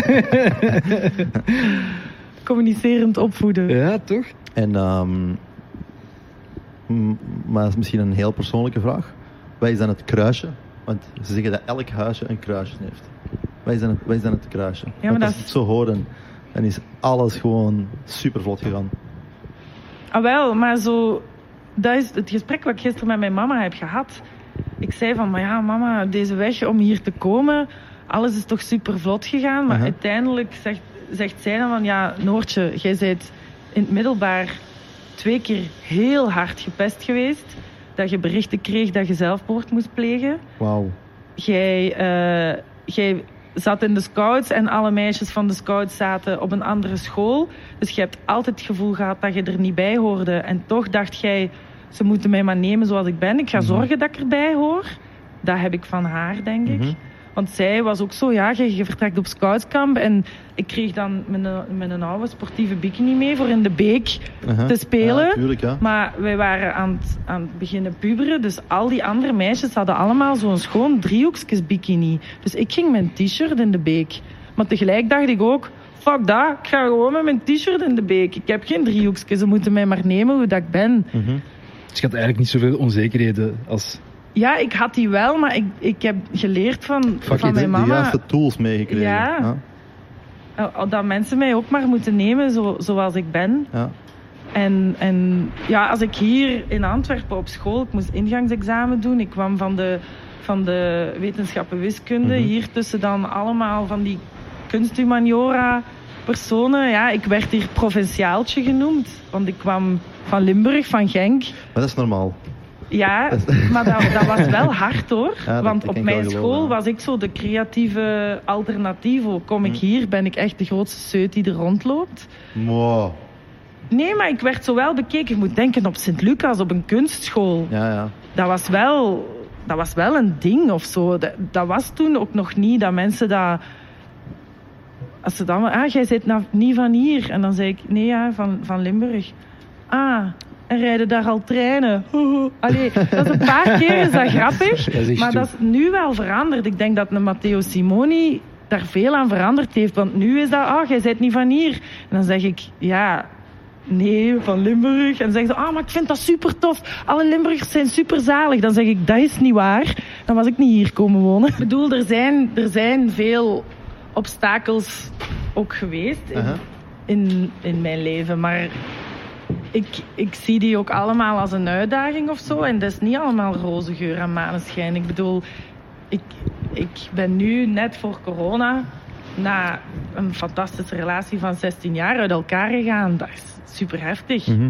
Communicerend opvoeden. Ja, toch? En, maar dat is misschien een heel persoonlijke vraag. Wat is dan het kruisje? Want ze zeggen dat elk huisje een kruisje heeft. Wat is dan het kruisje? maar Want dat als is- het zo horen, dan is alles gewoon super vlot gegaan. Ah wel, maar zo... Dat is het gesprek wat ik gisteren met mijn mama heb gehad. Ik zei van, maar ja mama, deze weg om hier te komen, alles is toch super vlot gegaan. Maar Aha. uiteindelijk zegt zij dan van, ja Noortje, jij bent in het middelbaar 2 keer heel hard gepest geweest. Dat je berichten kreeg dat je zelfmoord moest plegen. Wauw. Jij zat in de scouts en alle meisjes van de scouts zaten op een andere school. Dus je hebt altijd het gevoel gehad dat je er niet bij hoorde. En toch dacht jij, ze moeten mij maar nemen zoals ik ben. Ik ga zorgen dat ik erbij hoor. Dat heb ik van haar, denk ik. Mhm. Want zij was ook zo, ja, je vertrekt op scoutskamp. En ik kreeg dan mijn oude sportieve bikini mee voor in de beek Aha. te spelen. Ja, tuurlijk, ja. Maar wij waren aan het beginnen puberen. Dus al die andere meisjes hadden allemaal zo'n schoon driehoekjes bikini. Dus ik ging met een t-shirt in de beek. Maar tegelijk dacht ik ook, fuck dat, ik ga gewoon met mijn t-shirt in de beek. Ik heb geen driehoekjes, ze moeten mij maar nemen hoe dat ik ben. Mhm. Dus je had eigenlijk niet zoveel onzekerheden als... Ja, ik had die wel, maar ik heb geleerd van De mijn mama... juiste tools meegekregen. Ja. Dat mensen mij ook maar moeten nemen zoals ik ben. Ja. En ja, als ik hier in Antwerpen op school, ik moest ingangsexamen doen. Ik kwam van de wetenschappen wiskunde. Mhm. Hier tussen dan allemaal van die kunsthumaniora personen. Ja, ik werd hier provinciaaltje genoemd. Want ik kwam van Limburg, van Genk. Maar dat is normaal. Ja, maar dat was wel hard hoor. Ja, dat Want kan op ik mijn wel school geloven, ja. was ik zo de creatieve alternativo. Kom ik hier, ben ik echt de grootste seut die er rondloopt. Wow. Nee, maar ik werd zo wel bekeken. Je moet denken op Sint-Lucas, op een kunstschool. Ja, ja. Dat was wel een ding of zo. Dat was toen ook nog niet dat mensen dat... Als ze dan... jij zit niet van hier. En dan zei ik, nee ja, van Limburg. En rijden daar al treinen. Allee, dat is een paar keer is dat grappig. Dat is echt Maar toe. dat is nu wel veranderd. Ik denk dat een Matteo Simoni daar veel aan veranderd heeft. Want nu is dat, jij bent niet van hier. En dan zeg ik, ja... Nee, van Limburg. En dan zeggen ze, maar ik vind dat super tof. Alle Limburgers zijn super zalig. Dan zeg ik, dat is niet waar. Dan was ik niet hier komen wonen. Ik bedoel, er zijn veel obstakels ook geweest Aha. in mijn leven. Maar ik zie die ook allemaal als een uitdaging of zo. En dat is niet allemaal roze geur en maneschijn. Ik bedoel, ik ben nu net voor corona... na een fantastische relatie van 16 jaar uit elkaar gegaan. Dat is super heftig. Mhm.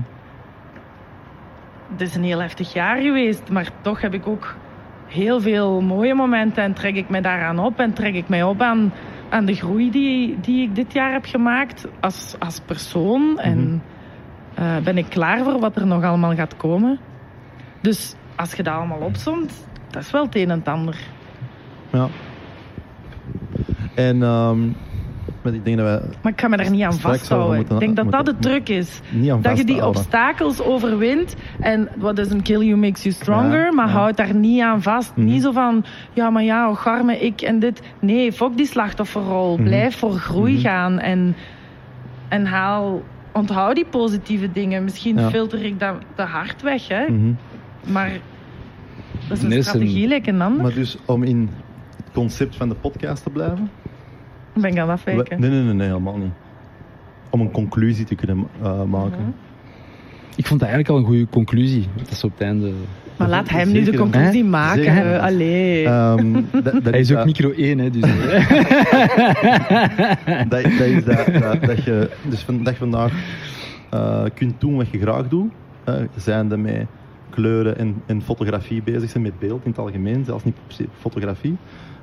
Het is een heel heftig jaar geweest, maar toch heb ik ook heel veel mooie momenten en trek ik mij daaraan op en trek ik mij op aan de groei die ik dit jaar heb gemaakt als persoon. En Ben ik klaar voor wat er nog allemaal gaat komen? Dus als je dat allemaal opzomt, dat is wel het een en het ander. Ja. En maar ik denk dat wij Maar ik ga me daar niet aan straks vasthouden. moeten- Ik denk dat moeten- dat de truc is. niet aan Dat je die vasthouden. obstakels overwint. En what doesn't kill you makes you stronger. Ja, maar ja. houd daar niet aan vast. Mhm. Niet zo van, ja maar ja, oh, garme ik en dit. Nee, fok die slachtofferrol. Mhm. Blijf voor groei Mhm. gaan. En onthoud die positieve dingen. Misschien Ja. filter ik dat te hard weg. Hè? Mhm. Maar dat is een Nee, strategie, like een ander. Maar dus om in het concept van de podcast te blijven? Ben ik aan het afwijken. Nee, helemaal niet. Om een conclusie te kunnen maken. Mhm. Ik vond dat eigenlijk al een goede conclusie. Dat is op het einde... Maar laat hem nu de Zeker. conclusie Hè? maken. Zeker. Allee. Dat Hij is ook micro 1, hè, dus... dat is dat je dus dat je vandaag kunt doen wat je graag doet. Zijnde met kleuren en fotografie bezig zijn, met beeld in het algemeen, zelfs niet per se fotografie.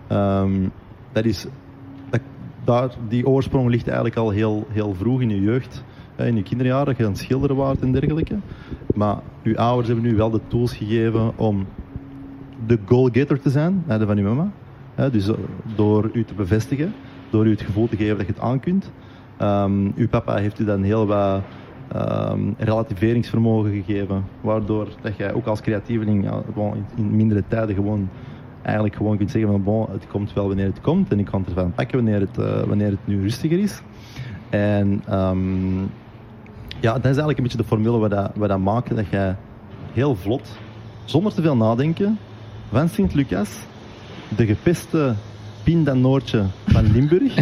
Die oorsprong ligt eigenlijk al heel vroeg in je jeugd. In je kinderjaren, dat je aan het schilderen waart en dergelijke. Maar je ouders hebben nu wel de tools gegeven om de goal-getter te zijn, van je mama. Dus door u te bevestigen, door u het gevoel te geven dat je het aan kunt. Uw papa heeft u dan heel wat relativeringsvermogen gegeven, waardoor dat jij ook als creatieveling in mindere tijden gewoon kunt zeggen van bon, het komt wel wanneer het komt en ik kan het ervan pakken wanneer het nu rustiger is. En dat is eigenlijk een beetje de formule wat dat maakt dat jij heel vlot, zonder te veel nadenken, van Sint-Lucas, de gepeste Pindanoortje van Limburg,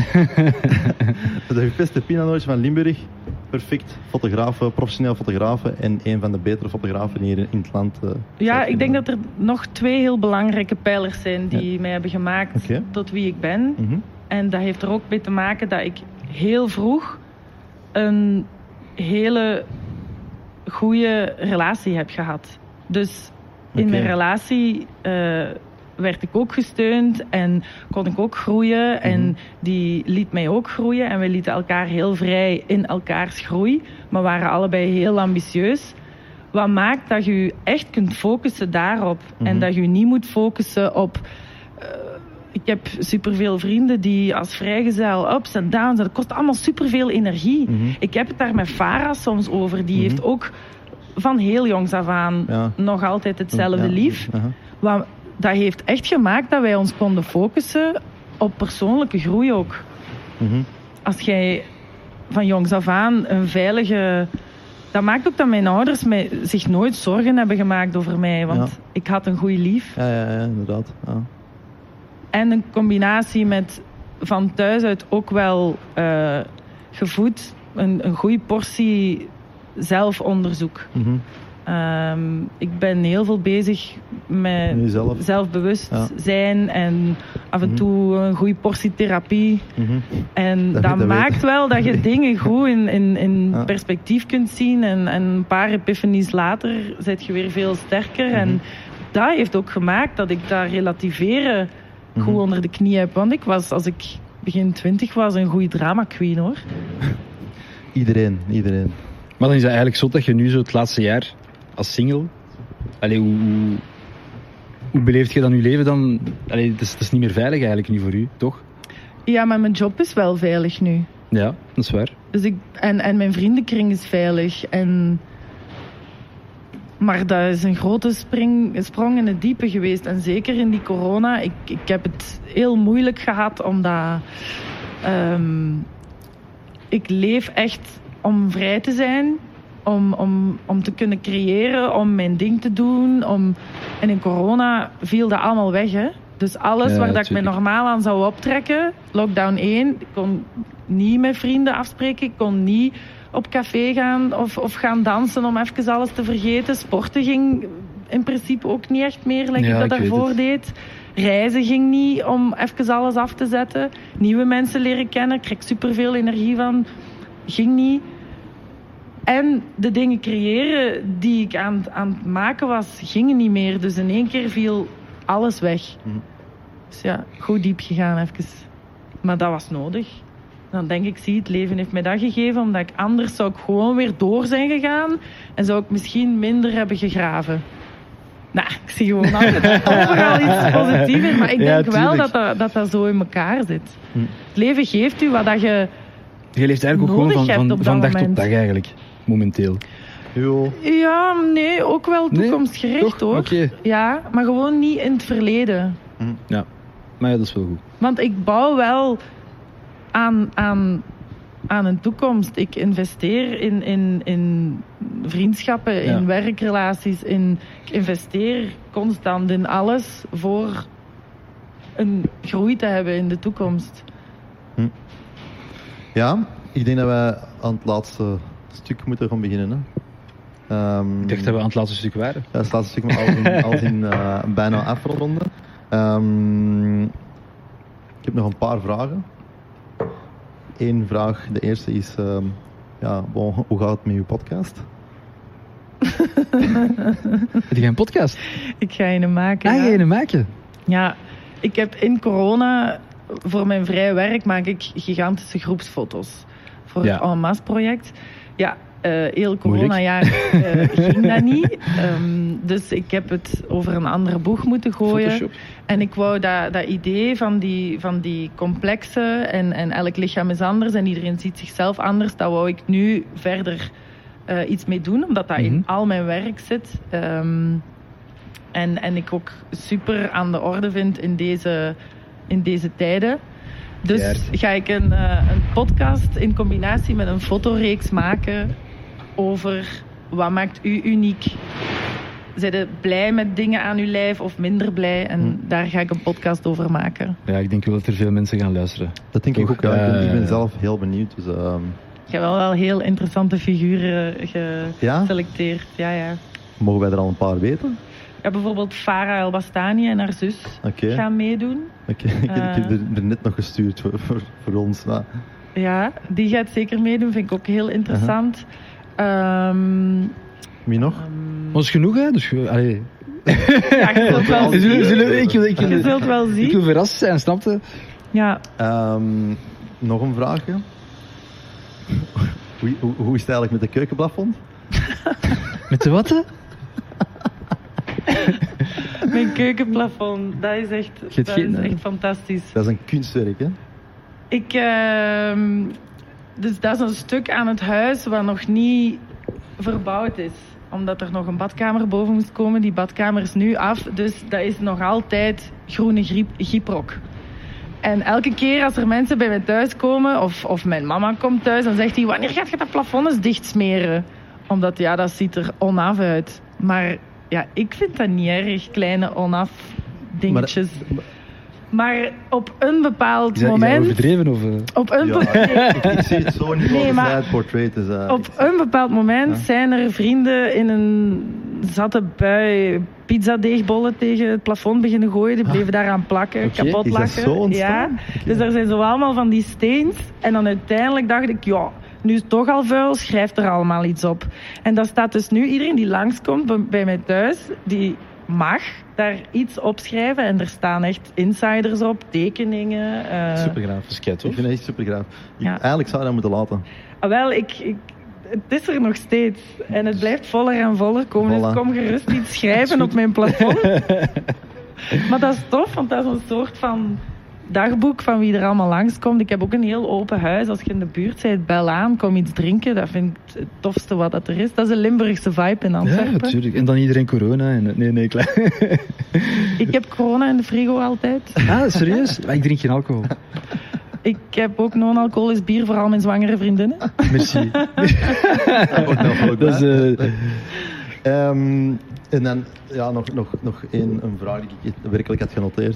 perfect fotografen, professioneel fotografen en een van de betere fotografen hier in het land. Ja, ik denk dat er nog 2 heel belangrijke pijlers zijn die mij hebben gemaakt Oké. tot wie ik ben. Mhm. En dat heeft er ook mee te maken dat ik heel vroeg een hele goede relatie heb gehad. Dus in Oké. mijn relatie werd ik ook gesteund en kon ik ook groeien. En die liet mij ook groeien. En we lieten elkaar heel vrij in elkaars groei. Maar waren allebei heel ambitieus. Wat maakt dat je je echt kunt focussen daarop. En dat je niet moet focussen op... ik heb superveel vrienden die als vrijgezel ups en downs... Dat kost allemaal superveel energie. Ik heb het daar met Farah soms over. Die heeft ook van heel jongs af aan nog altijd hetzelfde lief. Wat, dat heeft echt gemaakt dat wij ons konden focussen op persoonlijke groei ook. Als jij van jongs af aan een veilige... Dat maakt ook dat mijn ouders zich nooit zorgen hebben gemaakt over mij. Want ik had een goede lief. Ja, inderdaad. Ja. En een combinatie met van thuis uit ook wel gevoed. Een goede portie zelfonderzoek. Ik ben heel veel bezig met Jezelf. zelfbewust zijn en af en toe een goede portie therapie. En dat maakt wel dat je dingen goed in perspectief kunt zien. En een paar epiphanies later zit je weer veel sterker. En dat heeft ook gemaakt dat ik dat relativeren goed onder de knie heb. Want ik was, als ik begin 20 was, een goede drama queen, hoor. Iedereen. Maar dan is dat eigenlijk zo dat je nu zo het laatste jaar als single... Allee, hoe beleeft je dan je leven dan? Allee, het is niet meer veilig eigenlijk nu voor u, toch? Ja, maar mijn job is wel veilig nu. Ja, dat is waar. Dus en mijn vriendenkring is veilig. Maar dat is een grote sprong in het diepe geweest. En zeker in die corona. Ik heb het heel moeilijk gehad, omdat... ik leef echt om vrij te zijn. Om te kunnen creëren, om mijn ding te doen. En in corona viel dat allemaal weg, hè. Dus alles waar dat ik me normaal aan zou optrekken, lockdown 1, ik kon niet met vrienden afspreken, ik kon niet op café gaan of gaan dansen om even alles te vergeten. Sporten ging in principe ook niet echt meer, like ik dat daarvoor deed. Reizen ging niet om even alles af te zetten. Nieuwe mensen leren kennen, ik kreeg superveel energie van. Ging niet. En de dingen creëren die ik aan het maken was, gingen niet meer. Dus in één keer viel alles weg. Dus ja, goed diep gegaan even. Maar dat was nodig. Dan denk ik, zie, het leven heeft mij dat gegeven, omdat ik anders zou ik gewoon weer door zijn gegaan en zou ik misschien minder hebben gegraven. Nou, ik zie gewoon altijd overal iets positiefs in, maar ik denk wel dat zo in elkaar zit. Het leven geeft u wat dat je leeft eigenlijk ook nodig gewoon hebt op van dat dag tot moment. dag eigenlijk, momenteel. Jo. Ja, nee, ook wel toekomstgericht toch? hoor. Oké. Ja, maar gewoon niet in het verleden. Ja, maar ja, dat is wel goed. Want ik bouw wel aan een toekomst. Ik investeer in vriendschappen, in werkrelaties. Ik investeer constant in alles voor een groei te hebben in de toekomst. Ja, ik denk dat wij aan het laatste stuk moeten gaan beginnen. Hè. Ik dacht dat we aan het laatste stuk waren. Ja, het laatste stuk, maar als in bijna afronden. Ik heb nog een paar vragen. Eén vraag, de eerste is, hoe gaat het met uw podcast? Heb je een podcast? Ik ga een maken. Ah, ja. ga je een maken? Ja, ik heb in corona, voor mijn vrije werk, maak ik gigantische groepsfoto's. Voor het En Masse project. Ja, heel coronajaar ging dat niet. Dus ik heb het over een andere boeg moeten gooien. Photoshop. En ik wou dat idee van die complexe en elk lichaam is anders en iedereen ziet zichzelf anders, dat wou ik nu verder iets mee doen, omdat dat in al mijn werk zit. En ik ook super aan de orde vind in deze tijden. Dus ga ik een podcast in combinatie met een fotoreeks maken over wat maakt u uniek. Zijn je blij met dingen aan uw lijf of minder blij? En daar ga ik een podcast over maken. Ja, ik denk wel dat er veel mensen gaan luisteren. Dat denk ik ook. Ja. Ik ben zelf heel benieuwd. Dus, ik heb wel heel interessante figuren geselecteerd. Ja. Mogen wij er al een paar weten? Ja, bijvoorbeeld Farah El Bastani en haar zus gaan meedoen. Ik heb er net nog gestuurd voor ons. Maar... Ja, die gaat zeker meedoen. Vind ik ook heel interessant. Wie nog? Dat is genoeg, hè? Dus, allee. Ja, je zult wel zien. Je zult wel zien. Ik wil verrast zijn, snapte? Ja. Nog een vraagje. Hoe is het eigenlijk met de keukenplafond? Met de wat? Mijn keukenplafond, dat is echt fantastisch. Dat is een kunstwerk, hè? Dus dat is een stuk aan het huis wat nog niet verbouwd is. Omdat er nog een badkamer boven moest komen. Die badkamer is nu af, dus dat is nog altijd groene gyprok. En elke keer als er mensen bij mij thuis komen, of mijn mama komt thuis, dan zegt hij, wanneer gaat je dat plafond eens dicht smeren? Omdat dat ziet er onaf uit. Maar ja, ik vind dat niet erg, kleine onaf dingetjes. Maar op een bepaald moment... Is dat overdreven? Of, Op een ik zie het zo niet als het portrait. Dus, op een bepaald moment zijn er vrienden in een zatte bui pizzadeegbollen tegen het plafond beginnen gooien. Die bleven daaraan plakken, kapot lachen. Is dat zo ontstaan? Dus er zijn zo allemaal van die steens. En dan uiteindelijk dacht ik, nu is het toch al vuil, schrijf er allemaal iets op. En dat staat dus nu, iedereen die langskomt bij mij thuis, die mag daar iets opschrijven. En er staan echt insiders op, tekeningen. Supergraaf. Ik vind het echt supergraaf. Eigenlijk zou je dat moeten laten. Wel, het is er nog steeds. En het blijft voller en voller komen. Dus kom gerust iets schrijven op mijn plafond. Maar dat is tof, want dat is een soort van dagboek van wie er allemaal langskomt. Ik heb ook een heel open huis. Als je in de buurt bent, bel aan, kom iets drinken. Dat vind ik het tofste wat dat er is. Dat is een Limburgse vibe in Antwerpen. Ja, natuurlijk. En dan iedereen corona. Nee, klaar. Ik heb corona in de frigo altijd. Ah, serieus? Maar ik drink geen alcohol. Ik heb ook non-alcoholisch bier voor al mijn zwangere vriendinnen. Merci. Dat is, en dan nog een vraag die ik werkelijk had genoteerd.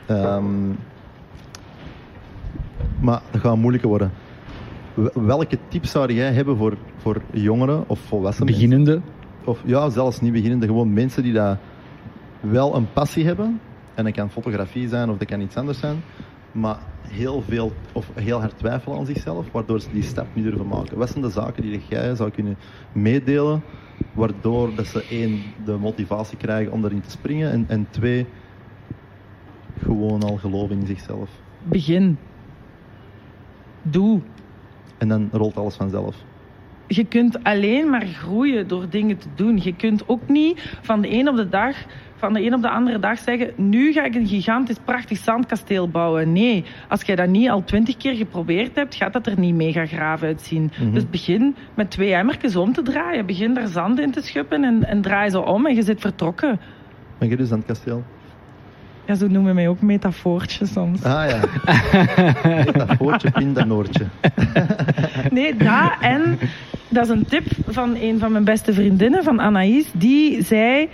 Maar dat gaat moeilijker worden. Welke tips zou jij hebben voor jongeren of volwassenen? Beginnende? Of zelfs niet beginnende. Gewoon mensen die daar wel een passie hebben. En dat kan fotografie zijn of dat kan iets anders zijn. Maar heel veel of heel hard twijfelen aan zichzelf, waardoor ze die stap niet durven maken. Wat zijn de zaken die jij zou kunnen meedelen, waardoor dat ze 1, de motivatie krijgen om erin te springen en 2, gewoon al geloven in zichzelf? Begin. doe. En dan rolt alles vanzelf. Je kunt alleen maar groeien door dingen te doen. Je kunt ook niet van de een op de andere dag zeggen, nu ga ik een gigantisch prachtig zandkasteel bouwen. Nee, als jij dat niet al 20 keer geprobeerd hebt, gaat dat er niet mega graaf uitzien. Dus begin met 2 emmertjes om te draaien. Begin daar zand in te schuppen en draai ze om en je zit vertrokken. Ben je dus aan het kasteel? Ja, zo noemen mij ook metafoortje soms. Ah ja. Metafoortje, pindanoortje. Nee, en dat is een tip van een van mijn beste vriendinnen, van Anaïs. Die zei,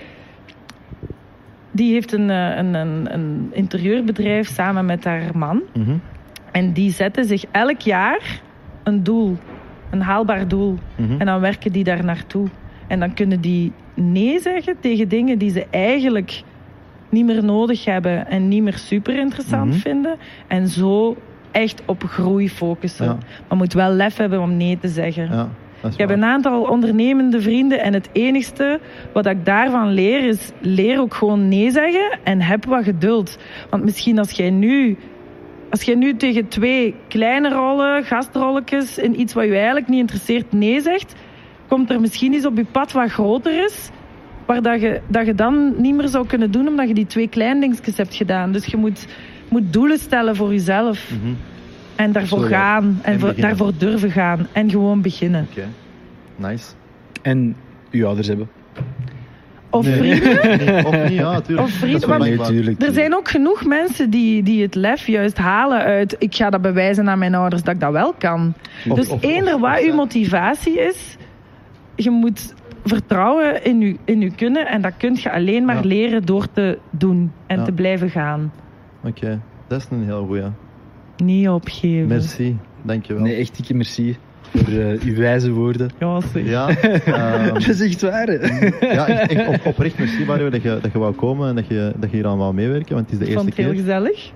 die heeft een interieurbedrijf samen met haar man. En die zetten zich elk jaar een doel, een haalbaar doel. En dan werken die daar naartoe. En dan kunnen die nee zeggen tegen dingen die ze eigenlijk niet meer nodig hebben en niet meer super interessant vinden. En zo echt op groei focussen. Ja. Maar moet wel lef hebben om nee te zeggen. Ja, dat is Ik heb waar. een aantal ondernemende vrienden en het enigste wat ik daarvan leer is, leer ook gewoon nee zeggen en heb wat geduld. Want misschien als jij nu tegen 2 kleine rollen, gastrolletjes in iets wat je eigenlijk niet interesseert nee zegt, komt er misschien iets op je pad wat groter is, waar dat je dan niet meer zou kunnen doen omdat je die 2 klein dingetjes hebt gedaan. Dus je moet doelen stellen voor jezelf. En daarvoor Zo, ja. gaan. En beginnen. daarvoor durven gaan. En gewoon beginnen. Oké. Nice. En uw ouders hebben. Of Nee. vrienden. Nee, of niet, ja, tuurlijk. Of vrienden, Dat is want- wel tuurlijk. Er zijn ook genoeg mensen die het lef juist halen uit, ik ga dat bewijzen aan mijn ouders dat ik dat wel kan. Dus eender wat uw motivatie is, je moet vertrouwen in je kunnen. En dat kun je alleen maar Ja. leren door te doen. En Ja. te blijven gaan. Oké, dat is een heel goeie. Niet opgeven. Merci, dankjewel. Nee, echt dikke merci voor uw wijze woorden. Ja, zeg. Ja, Dat is echt waar. hè. ja echt oprecht merci Mario dat je wou komen en dat je hier aan wou meewerken, want het is de Ik vond eerste het heel keer. gezellig.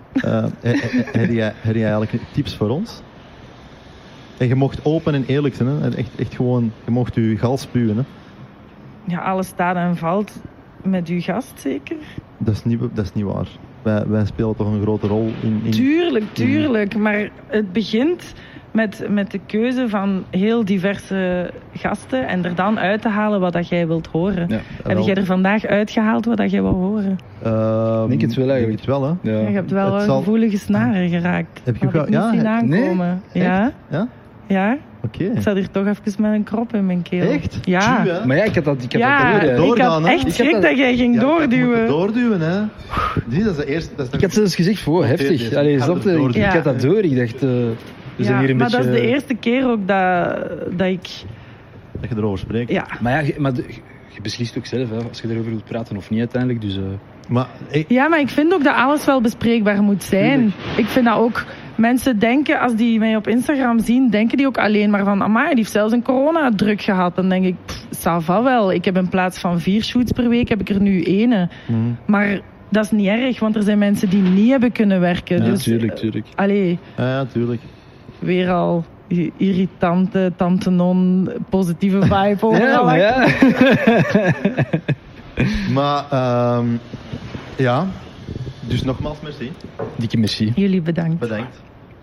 Heb jij eigenlijk tips voor ons? En je mocht open en eerlijk zijn, hè? En echt gewoon, je mocht je gal spuwen. Hè? Ja, alles staat en valt met uw gast zeker. Dat is niet waar. Wij spelen toch een grote rol in... Tuurlijk. Maar het begint met de keuze van heel diverse gasten en er dan uit te halen wat dat jij wilt horen. Ja. Heb jij er vandaag uitgehaald wat dat jij wil horen? Denk het wel, eigenlijk. Denk het wel, hè. Ja. Je hebt wel Het zal- gevoelige snaren geraakt. Heb je Had ook ik wel- niet ja, zien nee? aankomen. Ja, Ja? ja. Oké. Ik zat hier toch even met een krop in mijn keel. Echt? Ja. Tju, hè? Maar ja, ik had dat Ja, door. door. ik Doordaan, had hè? echt Ik schrik heb dat jij ging Ja, dat moet doorduwen. je doorduwen, hè. Zie, dat is de eerste... Dat is de- Ik had zelfs gezegd, wow, heftig. Deze Allee, harder snap je? doorduwen. Ik had dat door. Ik dacht, we zijn hier een maar beetje... dat is de eerste keer ook dat ik... Dat je erover spreekt. Ja. Maar ja, je beslist ook zelf, hè, als je erover wilt praten of niet uiteindelijk. Dus, Maar Ja, maar ik vind ook dat alles wel bespreekbaar moet zijn. Ik vind dat ook... Mensen denken, als die mij op Instagram zien, denken die ook alleen maar van, amai, die heeft zelfs een corona-druk gehad. Dan denk ik, ça va wel. Ik heb in plaats van 4 shoots per week, heb ik er nu 1. Maar dat is niet erg, want er zijn mensen die niet hebben kunnen werken. ja, dus, tuurlijk. allee, ja, tuurlijk. weer al irritante tante non, positieve vibe overal. Ja, maar ja. Maar, ja. Dus nogmaals, merci. Dikke merci. Jullie bedankt. Bedankt.